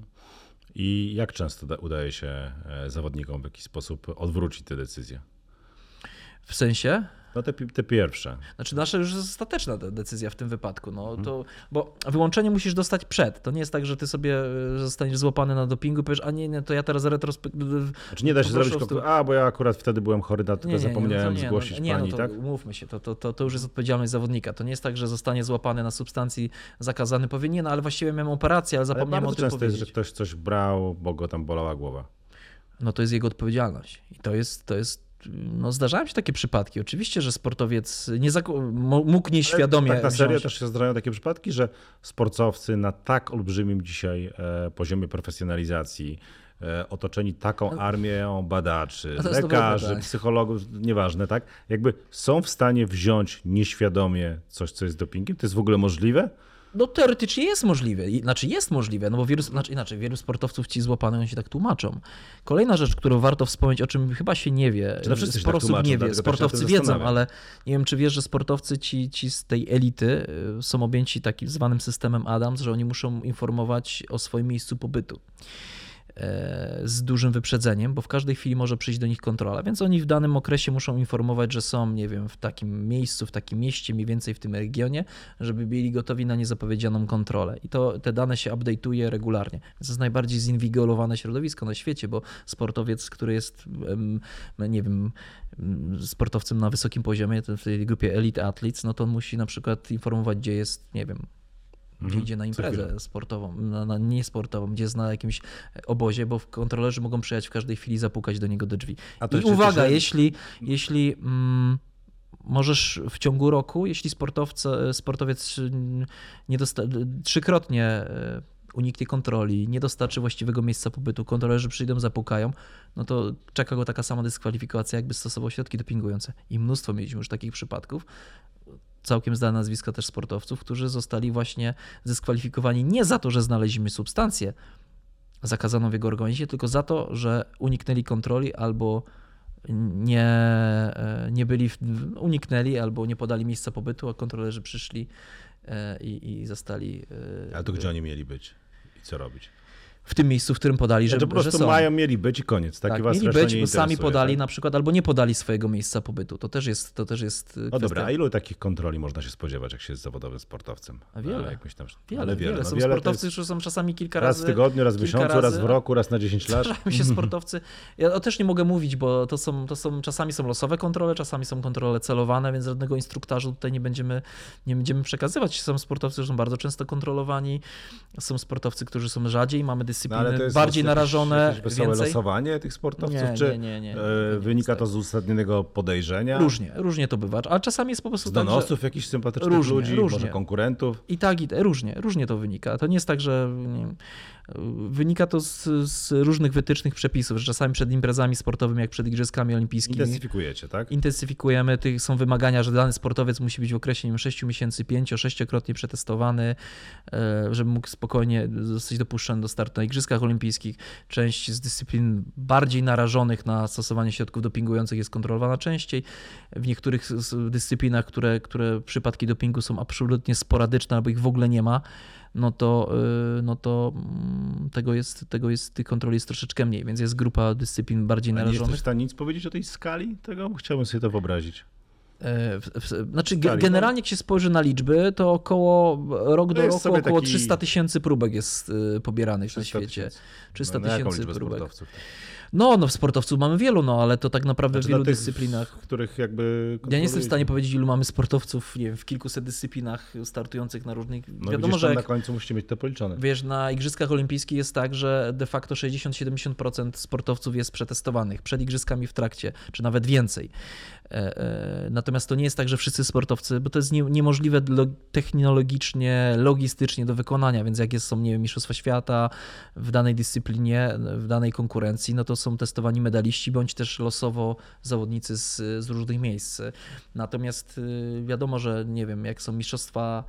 I jak często da- udaje się e, zawodnikom w jakiś sposób odwrócić te decyzje? W sensie? No te, pi- te pierwsze. Znaczy nasza już jest ostateczna ta decyzja w tym wypadku, no to, bo wyłączenie musisz dostać przed. To nie jest tak, że ty sobie zostaniesz złapany na dopingu i powiesz, a nie, nie, to ja teraz retrospektywnie... Znaczy nie da się zrobić, tylko, a bo ja akurat wtedy byłem chory, tylko Nie, nie, nie, zapomniałem no to nie, zgłosić no, nie, pani, no to tak? Umówmy się, to, to, to, to już jest odpowiedzialność zawodnika. To nie jest tak, że zostanie złapany na substancji zakazany, powie, nie, no ale właściwie miałem operację, ale Ale zapomniałem o bardzo tym często jest, że powiedzieć. ktoś coś brał, bo go tam bolała głowa. No to jest jego odpowiedzialność. I to jest, to jest no zdarzają się takie przypadki. Oczywiście, że sportowiec nie zak- mógł nieświadomie Ale tak na serio wziąć... też się zdarzają takie przypadki, że sportowcy na tak olbrzymim dzisiaj e, poziomie profesjonalizacji, e, otoczeni taką armią badaczy, A to jest dobre lekarzy, pytanie. psychologów, nieważne, tak? Jakby są w stanie wziąć nieświadomie coś, co jest dopingiem? To jest w ogóle możliwe? No teoretycznie jest możliwe, I- znaczy jest możliwe, no bo wielu, znaczy inaczej, wielu sportowców ci złapanych, oni się tak tłumaczą. Kolejna rzecz, którą warto wspomnieć, o czym chyba się nie wie, Czy to wszyscy się sporo tak osób tłumaczą, nie wie, dlatego tak się sportowcy nad tym wiedzą, zastanawiam. ale nie wiem, czy wiesz, że sportowcy ci, ci z tej elity y, są objęci takim zwanym systemem Adams, że oni muszą informować o swoim miejscu pobytu e, z dużym wyprzedzeniem, bo w każdej chwili może przyjść do nich kontrola, więc oni w danym okresie muszą informować, że są, nie wiem, w takim miejscu, w takim mieście, mniej więcej w tym regionie, żeby byli gotowi na niezapowiedzianą kontrolę. I to te dane się update'uje regularnie. Więc to jest najbardziej zinwigilowane środowisko na świecie, bo sportowiec, który jest, em, nie wiem, em, sportowcem na wysokim poziomie, to w tej grupie Elite Athletes, no to on musi na przykład informować, gdzie jest, nie wiem, gdzie idzie na imprezę sportową, na, na niesportową, gdzie jest na jakimś obozie, bo kontrolerzy mogą przyjechać w każdej chwili, zapukać do niego do drzwi. A to I uwaga, też... jeśli, jeśli mm, możesz w ciągu roku, jeśli sportowca, sportowiec nie dosta- trzykrotnie uniknie kontroli, nie dostarczy właściwego miejsca pobytu, kontrolerzy przyjdą, zapukają, no to czeka go taka sama dyskwalifikacja, jakby stosował środki dopingujące. I mnóstwo mieliśmy już takich przypadków, całkiem znane nazwiska też sportowców, którzy zostali właśnie zdyskwalifikowani nie za to, że znaleźliśmy substancję zakazaną w jego organizmie, tylko za to, że uniknęli kontroli albo nie, nie byli, uniknęli albo nie podali miejsca pobytu, a kontrolerzy przyszli i, i zastali. Ale to gdzie oni mieli być i co robić? W tym miejscu, w którym podali, że, to po prostu że są. mają, mieli być i koniec. Taki tak, was mieli reszta być, nie bo sami podali tak? na przykład, albo nie podali swojego miejsca pobytu. To też jest, to też jest No kwestia... dobra, a ilu takich kontroli można się spodziewać, jak się jest zawodowym sportowcem? A wiele. A, jakimś tam... Wiele, Ale wiele. wiele. Są No wiele sportowcy, jest... którzy są czasami kilka raz razy... w tygodniu, raz w miesiącu, razy, raz w roku, raz na dziesięć lat. Zdarzają się sportowcy. Ja o też nie mogę mówić, bo to są, to są czasami są losowe kontrole, czasami są kontrole celowane, więc żadnego instruktażu tutaj nie będziemy, nie będziemy przekazywać. Są sportowcy, którzy są bardzo często kontrolowani, są sportowcy, którzy są rzadziej, mamy dyscypliny no, bardziej jakieś, narażone, jakieś wesołe więcej. losowanie tych sportowców, Nie, czy nie, nie, nie, nie, e, nie wynika jest to tak. z uzasadnionego podejrzenia? Różnie, różnie to bywa, ale czasami jest po prostu Z tak, donosów że... jakichś sympatycznych Różnie, ludzi, różnie. może konkurentów? I tak, i różnie, różnie to wynika. To nie jest tak, że nie wiem, wynika to z, z różnych wytycznych przepisów, że czasami przed imprezami sportowymi, jak przed Igrzyskami Olimpijskimi, Intensyfikujecie, tak? intensyfikujemy, tych są wymagania, że dany sportowiec musi być w okresie nie wiem, sześciu miesięcy, pięcio, sześciokrotnie przetestowany, żeby mógł spokojnie zostać dopuszczony do startu na Igrzyskach Olimpijskich. Część z dyscyplin bardziej narażonych na stosowanie środków dopingujących jest kontrolowana częściej. W niektórych dyscyplinach, które, które przypadki dopingu są absolutnie sporadyczne albo ich w ogóle nie ma, no to, no to tego jest, tego jest, tych kontroli jest troszeczkę mniej, więc jest grupa dyscyplin bardziej A nie narażonych. jesteś w stanie nic powiedzieć o tej skali tego? Chciałbym sobie to wyobrazić. W, w, znaczy skali, generalnie jak się spojrzy na liczby, to około rok do roku około taki... trzysta tysięcy próbek jest pobieranych na świecie. trzysta No, tysięcy próbek. Sportowców? No, no sportowców mamy wielu, no ale to tak naprawdę Znaczy w wielu tych, dyscyplinach. W których jakby Ja nie jestem w stanie powiedzieć, ilu mamy sportowców, nie wiem, w kilkuset dyscyplinach startujących na różnych. No Wiadomo, widzisz, że jak, na końcu musicie mieć to policzone. Wiesz, na Igrzyskach Olimpijskich jest tak, że de facto sześćdziesiąt do siedemdziesięciu procent sportowców jest przetestowanych przed igrzyskami, w trakcie, czy nawet więcej. Natomiast to nie jest tak, że wszyscy sportowcy, bo to jest nie, niemożliwe technologicznie, logistycznie do wykonania, więc jak jest, są, nie wiem, mistrzostwa świata w danej dyscyplinie, w danej konkurencji, no to są testowani medaliści, bądź też losowo zawodnicy z, z różnych miejsc. Natomiast wiadomo, że nie wiem, jak są mistrzostwa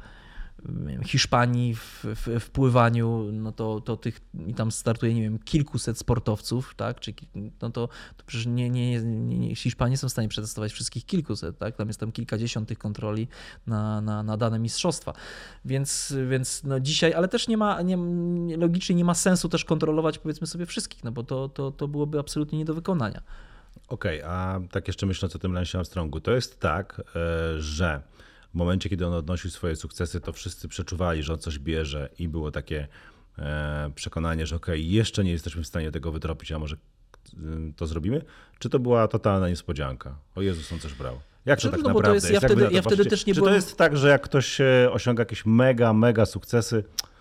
Hiszpanii w, w, w pływaniu, no to, to tych i tam startuje, nie wiem, kilkuset sportowców, tak, czy, no to, to przecież nie, nie, nie, nie, Hiszpanie są w stanie przetestować wszystkich kilkuset, tak, tam jest tam kilkadziesiąt tych kontroli na, na, na dane mistrzostwa, więc, więc no dzisiaj, ale też nie ma, nie, logicznie nie ma sensu też kontrolować, powiedzmy sobie, wszystkich, no bo to, to, to byłoby absolutnie nie do wykonania. Okej, okay, a tak jeszcze myśląc o tym Lance Armstrongu, to jest tak, że w momencie, kiedy on odnosił swoje sukcesy, to wszyscy przeczuwali, że on coś bierze i było takie przekonanie, że okej, okay, jeszcze nie jesteśmy w stanie tego wytropić, a może to zrobimy? Czy to była totalna niespodzianka? O Jezus, on coś brał. Jak to no, tak no, naprawdę to jest? jest? Ja, wtedy, ja ja wtedy też nie Czy byłem... to jest tak, że jak ktoś osiąga jakieś mega, mega sukcesy,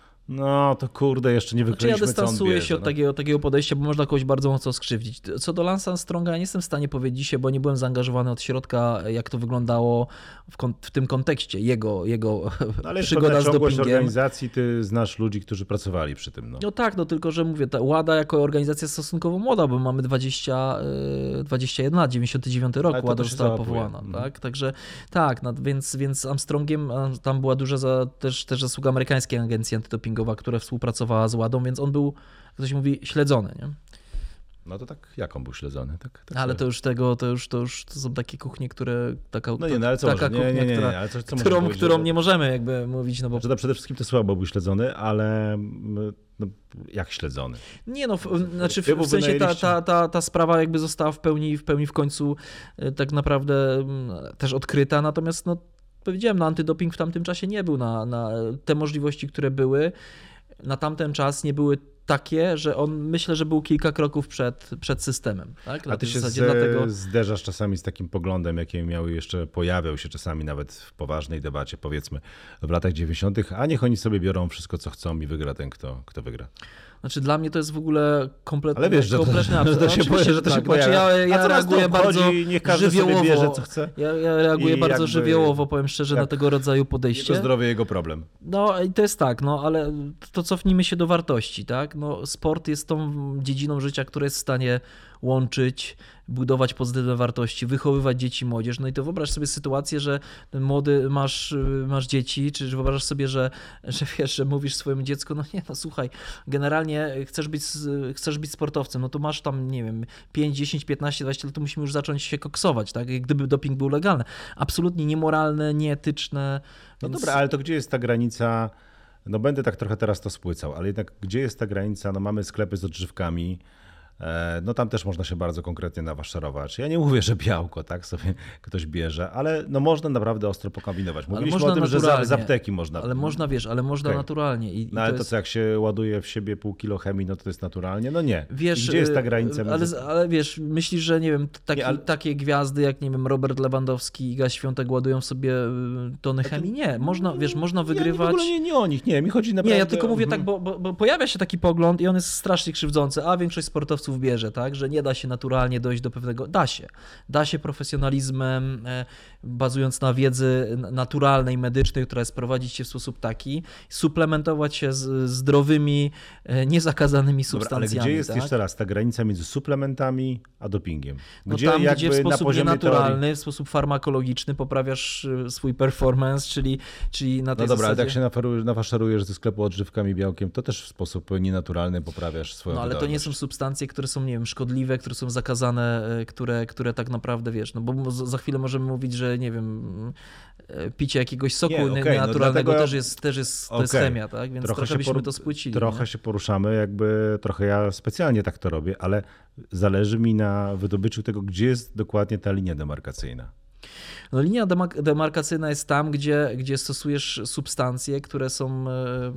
no to kurde, jeszcze nie wykryliśmy, znaczy ja dystansuję co on bierze, się od no. takiego, takiego podejścia, bo można kogoś bardzo mocno skrzywdzić. Co do Lance'a Armstronga, ja nie jestem w stanie powiedzieć dzisiaj, bo nie byłem zaangażowany od środka, jak to wyglądało w, kon- w tym kontekście, jego, jego no, ale przygoda z dopingiem. organizacji, ty znasz ludzi, którzy pracowali przy tym. No, no tak, no tylko, że mówię, ta WADA jako organizacja stosunkowo młoda, bo mamy dwadzieścia, dwadzieścia jeden lat, dziewięćdziesiąty dziewiąty rok WADA została załapuje. powołana. Mhm. Tak? Także tak, no, więc, więc Armstrongiem tam była duża za, też, też zasługa amerykańskiej agencji antydopingowa, która współpracowała z WADą, więc on był, jak to się mówi, śledzony. Nie? No to tak, jak on był śledzony? Tak, tak ale sobie. to już tego, to już, to już to są takie kuchnie, które, taka, no nie, no ale co taka może? Nie, kuchnia, nie, nie, która, nie, ale co, co którą, powiedzieć, którą że... nie możemy jakby mówić, no bo... Znaczy, to przede wszystkim to słabo był śledzony, ale no, jak śledzony? Nie no, w, znaczy w, Wy w sensie ta, wynajęliście- ta, ta, ta sprawa jakby została w pełni, w pełni w końcu e, tak naprawdę m, też odkryta, natomiast no powiedziałem, no antydoping w tamtym czasie nie był na, na te możliwości, które były, na tamten czas nie były takie, że on myślę, że był kilka kroków przed, przed systemem. Tak? A ty się zasadzie z, dlatego... zderzasz czasami z takim poglądem, jaki miał jeszcze, pojawiał się czasami nawet w poważnej debacie, powiedzmy w latach dziewięćdziesiątych, a niech oni sobie biorą wszystko, co chcą i wygra ten, kto, kto wygra. Znaczy dla mnie to jest w ogóle kompletny, Ale wiesz, że to, kompletny że to się, Oczywiście, pojawi, że to tak. się pojawia. Znaczy ja, ja a co nas to reaguję obchodzi? bardzo Niech każdy żywiołowo. sobie bierze, co chce. Ja, ja reaguję I bardzo jakby, żywiołowo, powiem szczerze, na tego rodzaju podejście. Jego zdrowie, jego problem. No i to jest tak, no ale to cofnijmy się do wartości, tak? No, sport jest tą dziedziną życia, która jest w stanie łączyć, budować pozytywne wartości, wychowywać dzieci, młodzież. No i to wyobraź sobie sytuację, że ten młody, masz, masz dzieci, czy wyobrażasz sobie, że, że wiesz, że mówisz swojemu dziecku, no nie, no słuchaj, generalnie chcesz być, chcesz być sportowcem, no to masz tam, nie wiem, pięć, dziesięć, piętnaście, dwadzieścia lat, to musimy już zacząć się koksować, tak? Jak gdyby doping był legalny. Absolutnie niemoralne, nieetyczne. No więc... dobra, ale to gdzie jest ta granica? No będę tak trochę teraz to spłycał, ale jednak gdzie jest ta granica? No mamy sklepy z odżywkami, no tam też można się bardzo konkretnie nawaszerować. Ja nie mówię, że białko tak sobie ktoś bierze, ale no można naprawdę ostro pokambinować. Mówiliśmy o tym, że z apteki można. Ale można, wiesz, ale można okay. naturalnie. I, no i ale to, to jest... co, jak się ładuje w siebie pół kilo chemii, no to, to jest naturalnie? No nie. Wiesz, I gdzie jest ta granica? Ale, między... ale wiesz, myślisz, że nie wiem, taki, nie, ale... takie gwiazdy jak, nie wiem, Robert Lewandowski i Iga Świątek ładują w sobie tony chemii? Nie, można, wiesz, można wygrywać. Ja w ogóle nie, nie o nich, nie, mi chodzi naprawdę... Nie, ja tylko mówię tak, bo, bo, bo pojawia się taki pogląd i on jest strasznie krzywdzący, a większość sportowców bierze, tak, że nie da się naturalnie dojść do pewnego... Da się. Da się profesjonalizmem, bazując na wiedzy naturalnej, medycznej, która jest prowadzić się w sposób taki, suplementować się z zdrowymi, niezakazanymi substancjami. Dobra, ale gdzie jest tak? jeszcze raz ta granica między suplementami a dopingiem? Gdzie, no tam, gdzie w sposób nienaturalny, teorii... w sposób farmakologiczny poprawiasz swój performance, czyli, czyli na tej No dobra, zasadzie... ale jak się nafaszerujesz ze sklepu odżywkami i białkiem, to też w sposób nienaturalny poprawiasz swoją No ale wydolność. to nie są substancje, które są, nie wiem, szkodliwe, które są zakazane, które, które tak naprawdę, wiesz, no bo za chwilę możemy mówić, że nie wiem, picie jakiegoś soku nie, okay, nienaturalnego no też jest, też jest, to okay. jest chemia, tak? Więc trochę, trochę byśmy poru... to spłycili. Trochę nie? się poruszamy, jakby trochę ja specjalnie tak to robię, ale zależy mi na wydobyciu tego, gdzie jest dokładnie ta linia demarkacyjna. No, linia demarkacyjna jest tam, gdzie, gdzie stosujesz substancje, które są,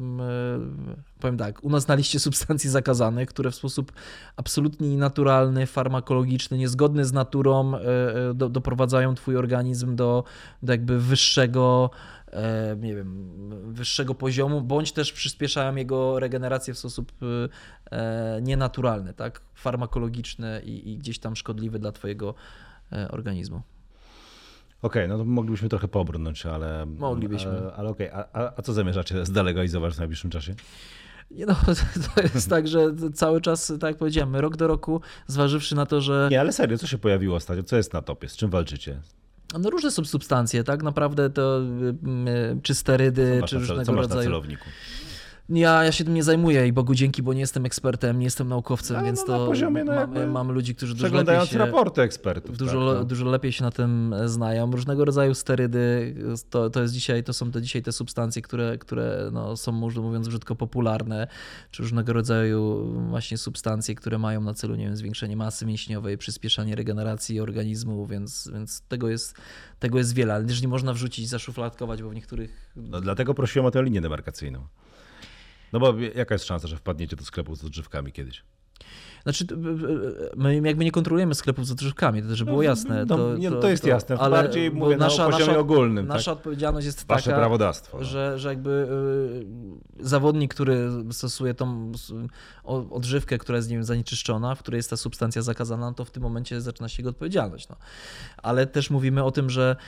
powiem tak, u nas na liście substancji zakazanych, które w sposób absolutnie nienaturalny, farmakologiczny, niezgodny z naturą do, doprowadzają twój organizm do, do jakby wyższego, nie wiem, wyższego poziomu, bądź też przyspieszają jego regenerację w sposób nienaturalny, tak, farmakologiczny i, i gdzieś tam szkodliwy dla twojego organizmu. Okej, okay, no to moglibyśmy trochę pobrnąć, ale... Moglibyśmy. Ale, ale okej, okay. a, a co zamierzacie zdelegalizować w najbliższym czasie? Nie no, to jest tak, że cały czas, tak jak powiedziałem, rok do roku, zważywszy na to, że... Nie, ale serio, co się pojawiło ostatnio? Co jest na topie? Z czym walczycie? No różne są substancje, tak naprawdę to czy sterydy, czy różnego co masz rodzaju... na celowniku? Ja, ja się tym nie zajmuję i Bogu dzięki, bo nie jestem ekspertem, nie jestem naukowcem, ale więc no, to poziomie, no mam, mam ludzi, którzy dużo lepiej przeglądając się... raporty ekspertów. Dużo, tak, no. dużo lepiej się na tym znają. Różnego rodzaju sterydy, to, to, jest dzisiaj, to są to dzisiaj te substancje, które, które no, są, można mówiąc brzydko, popularne, czy różnego rodzaju właśnie substancje, które mają na celu, nie wiem, zwiększenie masy mięśniowej, przyspieszanie regeneracji organizmu, więc, więc tego jest, tego jest wiele, ale też nie można wrzucić, zaszufladkować, bo w niektórych... No, dlatego prosiłem o tę linię demarkacyjną. No bo jaka jest szansa, że wpadniecie do sklepu z odżywkami kiedyś? Znaczy, my jakby nie kontrolujemy sklepów z odżywkami, to też było jasne. No, to, nie, to, to jest to, jasne, ale bardziej mówię nasza, na poziomie nasza, ogólnym. Nasza tak? odpowiedzialność jest Wasze taka, prawodawstwo, no. że, że jakby zawodnik, który stosuje tą odżywkę, która jest, nie wiem, zanieczyszczona, w której jest ta substancja zakazana, to w tym momencie zaczyna się jego odpowiedzialność. No. Ale też mówimy o tym, że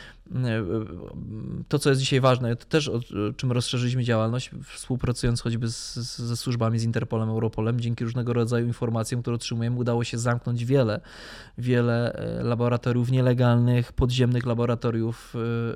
to, co jest dzisiaj ważne, to też o czym rozszerzyliśmy działalność, współpracując choćby z, ze służbami, z Interpolem, Europolem, dzięki różnego rodzaju informacjom, które otrzymujemy, udało się zamknąć wiele, wiele laboratoriów nielegalnych, podziemnych laboratoriów,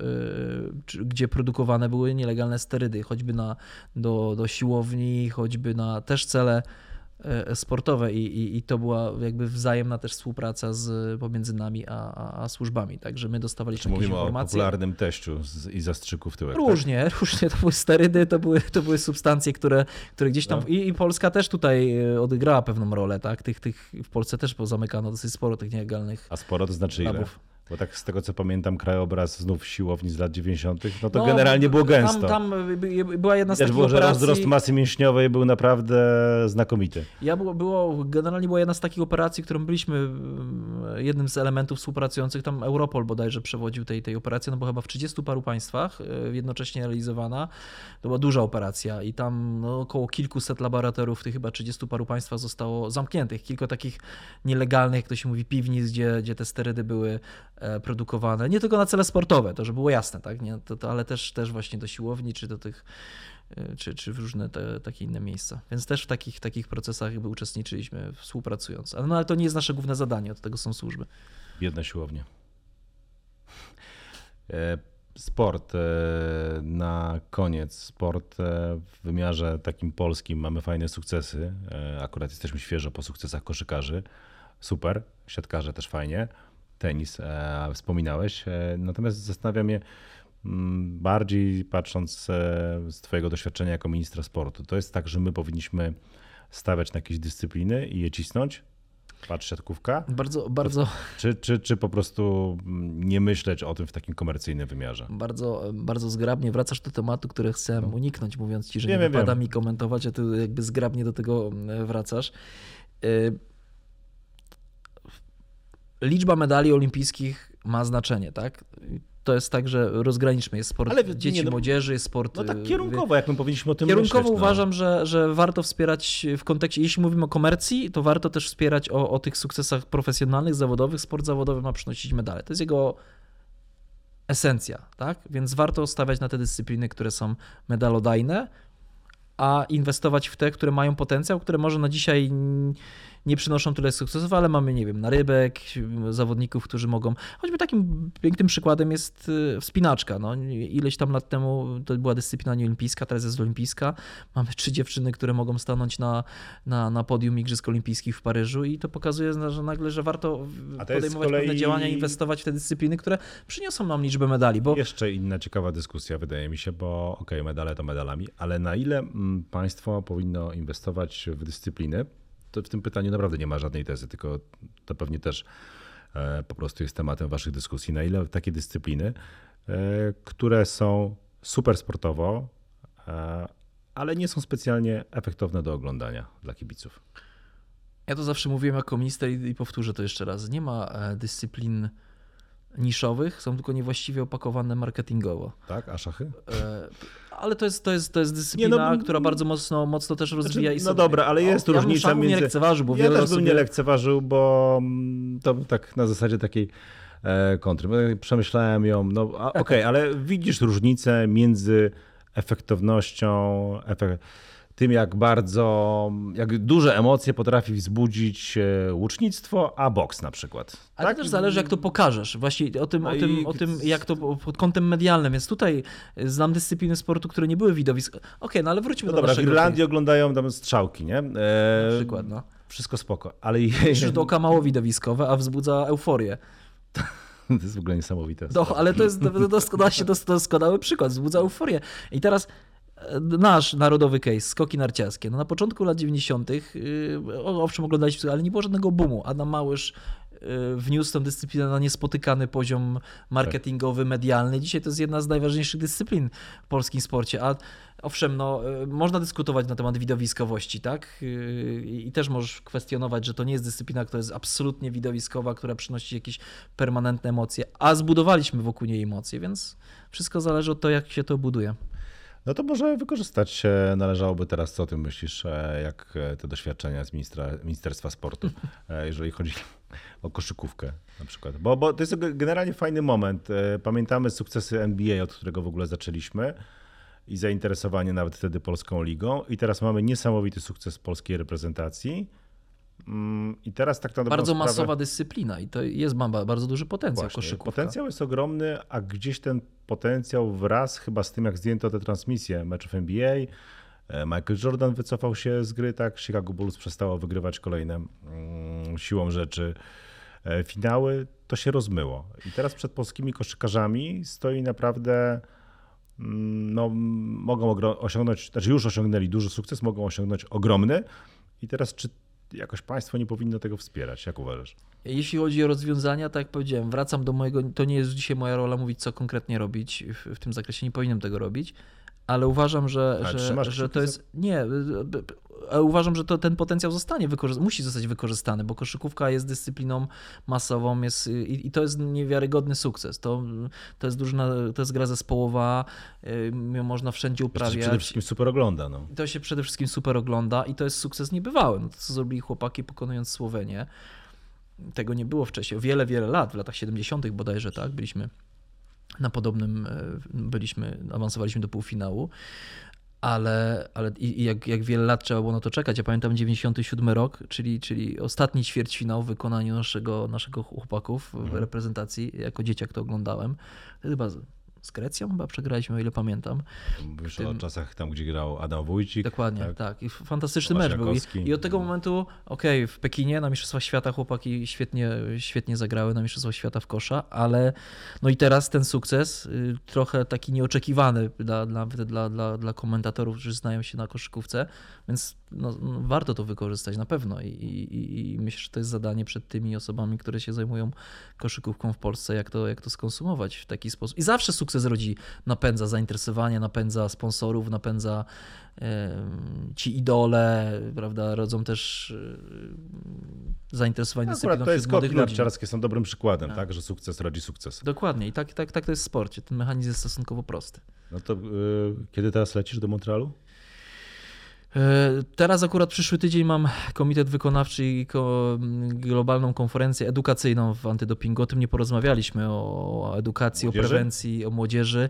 gdzie produkowane były nielegalne sterydy, choćby na, do, do siłowni, choćby na też cele sportowe i, i, i to była jakby wzajemna też współpraca z, pomiędzy nami a, a, a służbami, także my dostawaliśmy jakieś Mówimy informacje. o popularnym teściu z, i zastrzyku w tyłek. Różnie, tak? różnie, to były sterydy, to były, to były substancje, które, które gdzieś tam, no. i, i Polska też tutaj odegrała pewną rolę, tak, tych, tych w Polsce też pozamykano dosyć sporo tych nielegalnych A sporo to znaczy labów. ile? Bo tak z tego co pamiętam, krajobraz znów siłowni z lat dziewięćdziesiątych, no to no, generalnie było gęsto. Tam, tam była jedna z Też takich było, że operacji... rozrost masy mięśniowej był naprawdę znakomity. Ja było, było, generalnie była jedna z takich operacji, którą byliśmy jednym z elementów współpracujących, tam Europol bodajże przewodził tej, tej operacji, no bo chyba w trzydziestu paru państwach jednocześnie realizowana. To była duża operacja i tam no, około kilkuset laboratoriów w tych chyba trzydziestu paru państwach zostało zamkniętych. Kilka takich nielegalnych, jak to się mówi, piwnic, gdzie, gdzie te sterydy były produkowane. Nie tylko na cele sportowe, to żeby było jasne, tak? Nie, to, to, ale też, też właśnie do siłowni, czy do tych, czy, czy w różne te, takie inne miejsca. Więc też w takich, takich procesach jakby uczestniczyliśmy, współpracując. Ale, no, ale to nie jest nasze główne zadanie, od tego są służby. Biedne siłownie. Sport na koniec. Sport w wymiarze takim polskim. Mamy fajne sukcesy. Akurat jesteśmy świeżo po sukcesach koszykarzy. Super. Siatkarze też fajnie. Tenis wspominałeś. Natomiast zastanawia mnie bardziej patrząc z twojego doświadczenia jako ministra sportu. To jest tak, że my powinniśmy stawiać na jakieś dyscypliny i je cisnąć? Patrz, siatkówka? Bardzo, bardzo. Czy, czy, czy po prostu nie myśleć o tym w takim komercyjnym wymiarze? Bardzo, bardzo zgrabnie wracasz do tematu, który chcę no. uniknąć, mówiąc ci, że wiem, nie wypada wiem. mi komentować, a ty jakby zgrabnie do tego wracasz. Liczba medali olimpijskich ma znaczenie, tak? To jest tak, że rozgraniczmy. Jest sport Ale, dzieci, nie, no, młodzieży, jest sport... No tak kierunkowo, jak my powinniśmy o tym Kierunkowo myśleć. Kierunkowo uważam, no. że, że warto wspierać w kontekście, jeśli mówimy o komercji, to warto też wspierać o, o tych sukcesach profesjonalnych, zawodowych. Sport zawodowy ma przynosić medale. To jest jego esencja, tak? Więc warto stawiać na te dyscypliny, które są medalodajne, a inwestować w te, które mają potencjał, które może na dzisiaj nie przynoszą tyle sukcesów, ale mamy, nie wiem, narybek, zawodników, którzy mogą... Choćby takim pięknym przykładem jest wspinaczka. No, ileś tam lat temu to była dyscyplina nieolimpijska, teraz jest olimpijska. Mamy trzy dziewczyny, które mogą stanąć na, na, na podium Igrzysk Olimpijskich w Paryżu i to pokazuje, że nagle, że warto podejmować kolei... pewne działania, inwestować w te dyscypliny, które przyniosą nam liczbę medali. Bo... Jeszcze inna ciekawa dyskusja, wydaje mi się, bo okej, okay, medale to medalami, ale na ile państwo powinno inwestować w dyscypliny? To w tym pytaniu naprawdę nie ma żadnej tezy, tylko to pewnie też po prostu jest tematem waszych dyskusji. Na ile takie dyscypliny, które są super sportowo, ale nie są specjalnie efektowne do oglądania dla kibiców? Ja to zawsze mówiłem jako minister i powtórzę to jeszcze raz. Nie ma dyscyplin niszowych, są tylko niewłaściwie opakowane marketingowo. Tak, a szachy? Ale to jest, to jest, to jest dyscyplina, nie, no, która bardzo mocno, mocno też rozwija. Znaczy, i sobie... No dobra, ale jest o, różnica ja między... nie lekceważył, bo ja wiele też osób... bym nie lekceważył, bo to tak na zasadzie takiej e, kontry. Przemyślałem ją, no okej, okay, ale widzisz różnicę między efektywnością, efek... tym jak bardzo, jak duże emocje potrafi wzbudzić łucznictwo, a boks na przykład. Ale tak? to też zależy, jak to pokażesz. Właśnie o tym, no o tym, i... o tym jak to pod kątem medialnym. Więc tutaj znam dyscypliny sportu, które nie były widowisk. Okej, okay, no ale wróćmy no do dobra, naszego... w Irlandii tej... oglądają tam strzałki, nie? E... Na przykład, no. Wszystko spoko, ale... Rzut oka mało widowiskowe, a wzbudza euforię. To jest w ogóle niesamowite. No, ale to jest doskonały, doskonały przykład, wzbudza euforię. I teraz... Nasz narodowy case, skoki narciarskie. No na początku lat dziewięćdziesiątych, owszem, oglądaliśmy, ale nie było żadnego boomu. Adam Małysz wniósł tę dyscyplinę na niespotykany poziom marketingowy, medialny. Dzisiaj to jest jedna z najważniejszych dyscyplin w polskim sporcie. A owszem, no, można dyskutować na temat widowiskowości, tak? I też możesz kwestionować, że to nie jest dyscyplina, która jest absolutnie widowiskowa, która przynosi jakieś permanentne emocje, a zbudowaliśmy wokół niej emocje, więc wszystko zależy od tego, jak się to buduje. No to może wykorzystać należałoby teraz, co o tym myślisz, jak te doświadczenia z ministra, Ministerstwa Sportu, jeżeli chodzi o koszykówkę na przykład. Bo, bo to jest generalnie fajny moment. Pamiętamy sukcesy N B A, od którego w ogóle zaczęliśmy i zainteresowanie nawet wtedy Polską Ligą i teraz mamy niesamowity sukces polskiej reprezentacji. I teraz tak na dobrą Bardzo sprawę... masowa dyscyplina i to jest bardzo duży potencjał koszykówka. Potencjał jest ogromny, a gdzieś ten potencjał wraz chyba z tym, jak zdjęto te transmisje meczów N B A, Michael Jordan wycofał się z gry, tak, Chicago Bulls przestało wygrywać kolejne mm, siłą rzeczy finały, to się rozmyło. I teraz przed polskimi koszykarzami stoi naprawdę, no mogą osiągnąć, znaczy już osiągnęli duży sukces, mogą osiągnąć ogromny i teraz czy jakoś państwo nie powinno tego wspierać. Jak uważasz? Jeśli chodzi o rozwiązania, tak jak powiedziałem, wracam do mojego, to nie jest dzisiaj moja rola mówić, co konkretnie robić w, w tym zakresie, nie powinienem tego robić, ale uważam, że, że, że to jest, nie, uważam, że to, ten potencjał zostanie wykorzystany, musi zostać wykorzystany, bo koszykówka jest dyscypliną masową jest, i, i to jest niewiarygodny sukces. To, to, jest drużyna, to jest gra zespołowa, ją można wszędzie uprawiać. To się przede wszystkim super ogląda. No. To się przede wszystkim super ogląda i to jest sukces niebywały. No to, co zrobili chłopaki pokonując Słowenię, tego nie było wcześniej. Wiele, wiele lat, w latach siedemdziesiątych bodajże, tak, byliśmy na podobnym, byliśmy, awansowaliśmy do półfinału, ale, ale i, i jak, jak wiele lat trzeba było na to czekać. Ja pamiętam dziewięćdziesiąty siódmy rok, czyli, czyli ostatni ćwierćfinał w wykonaniu naszego, naszego chłopaków w Mhm. reprezentacji. Jako dzieciak to oglądałem. Chyba z, z Grecją chyba przegraliśmy, o ile pamiętam. Mówisz tym- o czasach tam, gdzie grał Adam Wójcik. Dokładnie, tak? tak. I fantastyczny Tomasz mecz był. I, Jankowski. I od tego momentu, okej, w Pekinie na Mistrzostwach Świata chłopaki świetnie, świetnie zagrały na Mistrzostwach Świata w kosza, ale no i teraz ten sukces y, trochę taki nieoczekiwany dla, dla, dla, dla, dla komentatorów, którzy znają się na koszykówce, więc no, no, warto to wykorzystać na pewno I, i, i myślę, że to jest zadanie przed tymi osobami, które się zajmują koszykówką w Polsce, jak to, jak to skonsumować w taki sposób. I zawsze sukces rodzi, napędza zainteresowanie, napędza sponsorów, napędza em, ci idole, prawda, rodzą też em, zainteresowanie Akurat dyscypliną to jest wśród skoki młodych ludzi. narciarskie są dobrym przykładem, Tak. tak. że sukces rodzi sukces. Dokładnie i tak, tak, tak to jest w sporcie. Ten mechanizm jest stosunkowo prosty. No to y, kiedy teraz lecisz do Montrealu? E, Teraz akurat przyszły tydzień mam komitet wykonawczy i ko- globalną konferencję edukacyjną w antydopingu. O tym nie porozmawialiśmy, o edukacji, Młodzieży? o prewencji, o młodzieży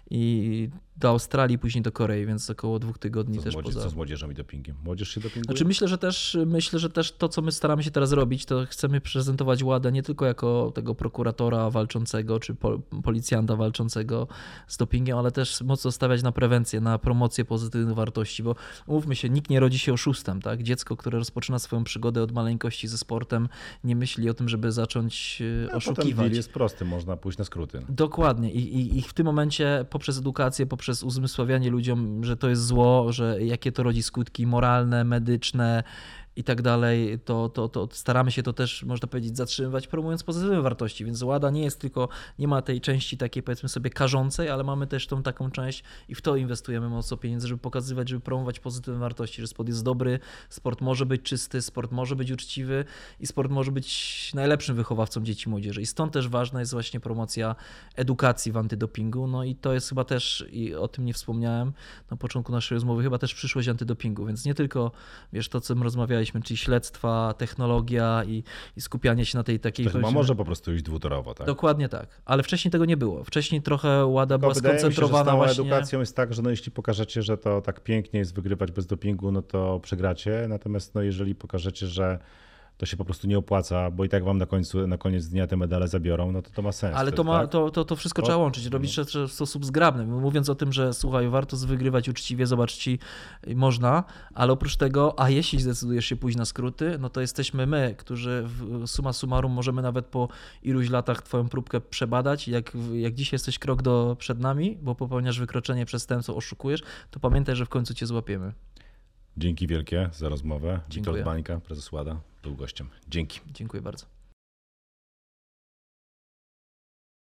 i do Australii, później do Korei, więc około dwóch tygodni Co z, też młodzież, poza... co z młodzieżą i dopingiem? Młodzież się dopinguje? Znaczy myślę, że też myślę, że też to, co my staramy się teraz robić, to chcemy prezentować Ładę nie tylko jako tego prokuratora walczącego, czy pol- policjanta walczącego z dopingiem, ale też mocno stawiać na prewencję, na promocję pozytywnych wartości, bo mówmy się, nikt nie rodzi się oszustem, tak? Dziecko, które rozpoczyna swoją przygodę od maleńkości ze sportem, nie myśli o tym, żeby zacząć e, No, potem oszukiwać. deal jest prosty, można pójść na skróty. Dokładnie. I, i, I w tym momencie poprzez edukację, poprzez uzmysławianie ludziom, że to jest zło, że jakie to rodzi skutki moralne, medyczne i tak dalej, to, to, to staramy się to też, można powiedzieć, zatrzymywać, promując pozytywne wartości. Więc Łada nie jest tylko, nie ma tej części takiej, powiedzmy sobie, karzącej, ale mamy też tą taką część i w to inwestujemy mocno pieniędzy, żeby pokazywać, żeby promować pozytywne wartości, że sport jest dobry, sport może być czysty, sport może być uczciwy i sport może być najlepszym wychowawcą dzieci i młodzieży. I stąd też ważna jest właśnie promocja edukacji w antydopingu. No i to jest chyba też, i o tym nie wspomniałem na początku naszej rozmowy, chyba też przyszłość antydopingu, więc nie tylko, wiesz, to, co my rozmawialiśmy, czyli śledztwa, technologia i, i skupianie się na tej takiej... To chyba powiedzmy- może po prostu iść dwutorowo, tak? Dokładnie tak, ale wcześniej tego nie było. Wcześniej trochę Łada Tylko była wydaje mi się, że z skoncentrowana tą właśnie... edukacją jest tak, że no jeśli pokażecie, że to tak pięknie jest wygrywać bez dopingu, no to przegracie. Natomiast no jeżeli pokażecie, że to się po prostu nie opłaca, bo i tak wam na końcu, na koniec dnia te medale zabiorą, no to to ma sens. Ale to, wtedy, ma, tak? to, to, to wszystko O, trzeba łączyć, robić to w sposób zgrabny. Mówiąc o tym, że słuchaj, warto wygrywać uczciwie, zobacz ci, można, ale oprócz tego, a jeśli zdecydujesz się pójść na skróty, no to jesteśmy my, którzy w summa summarum możemy nawet po iluś latach twoją próbkę przebadać. Jak, jak dzisiaj jesteś krok do, przed nami, bo popełniasz wykroczenie, przestępstwo, oszukujesz, to pamiętaj, że w końcu cię złapiemy. Dzięki wielkie za rozmowę. Dziękuję. Witold Bańka, prezes Łada, był gościem. Dzięki. Dziękuję bardzo.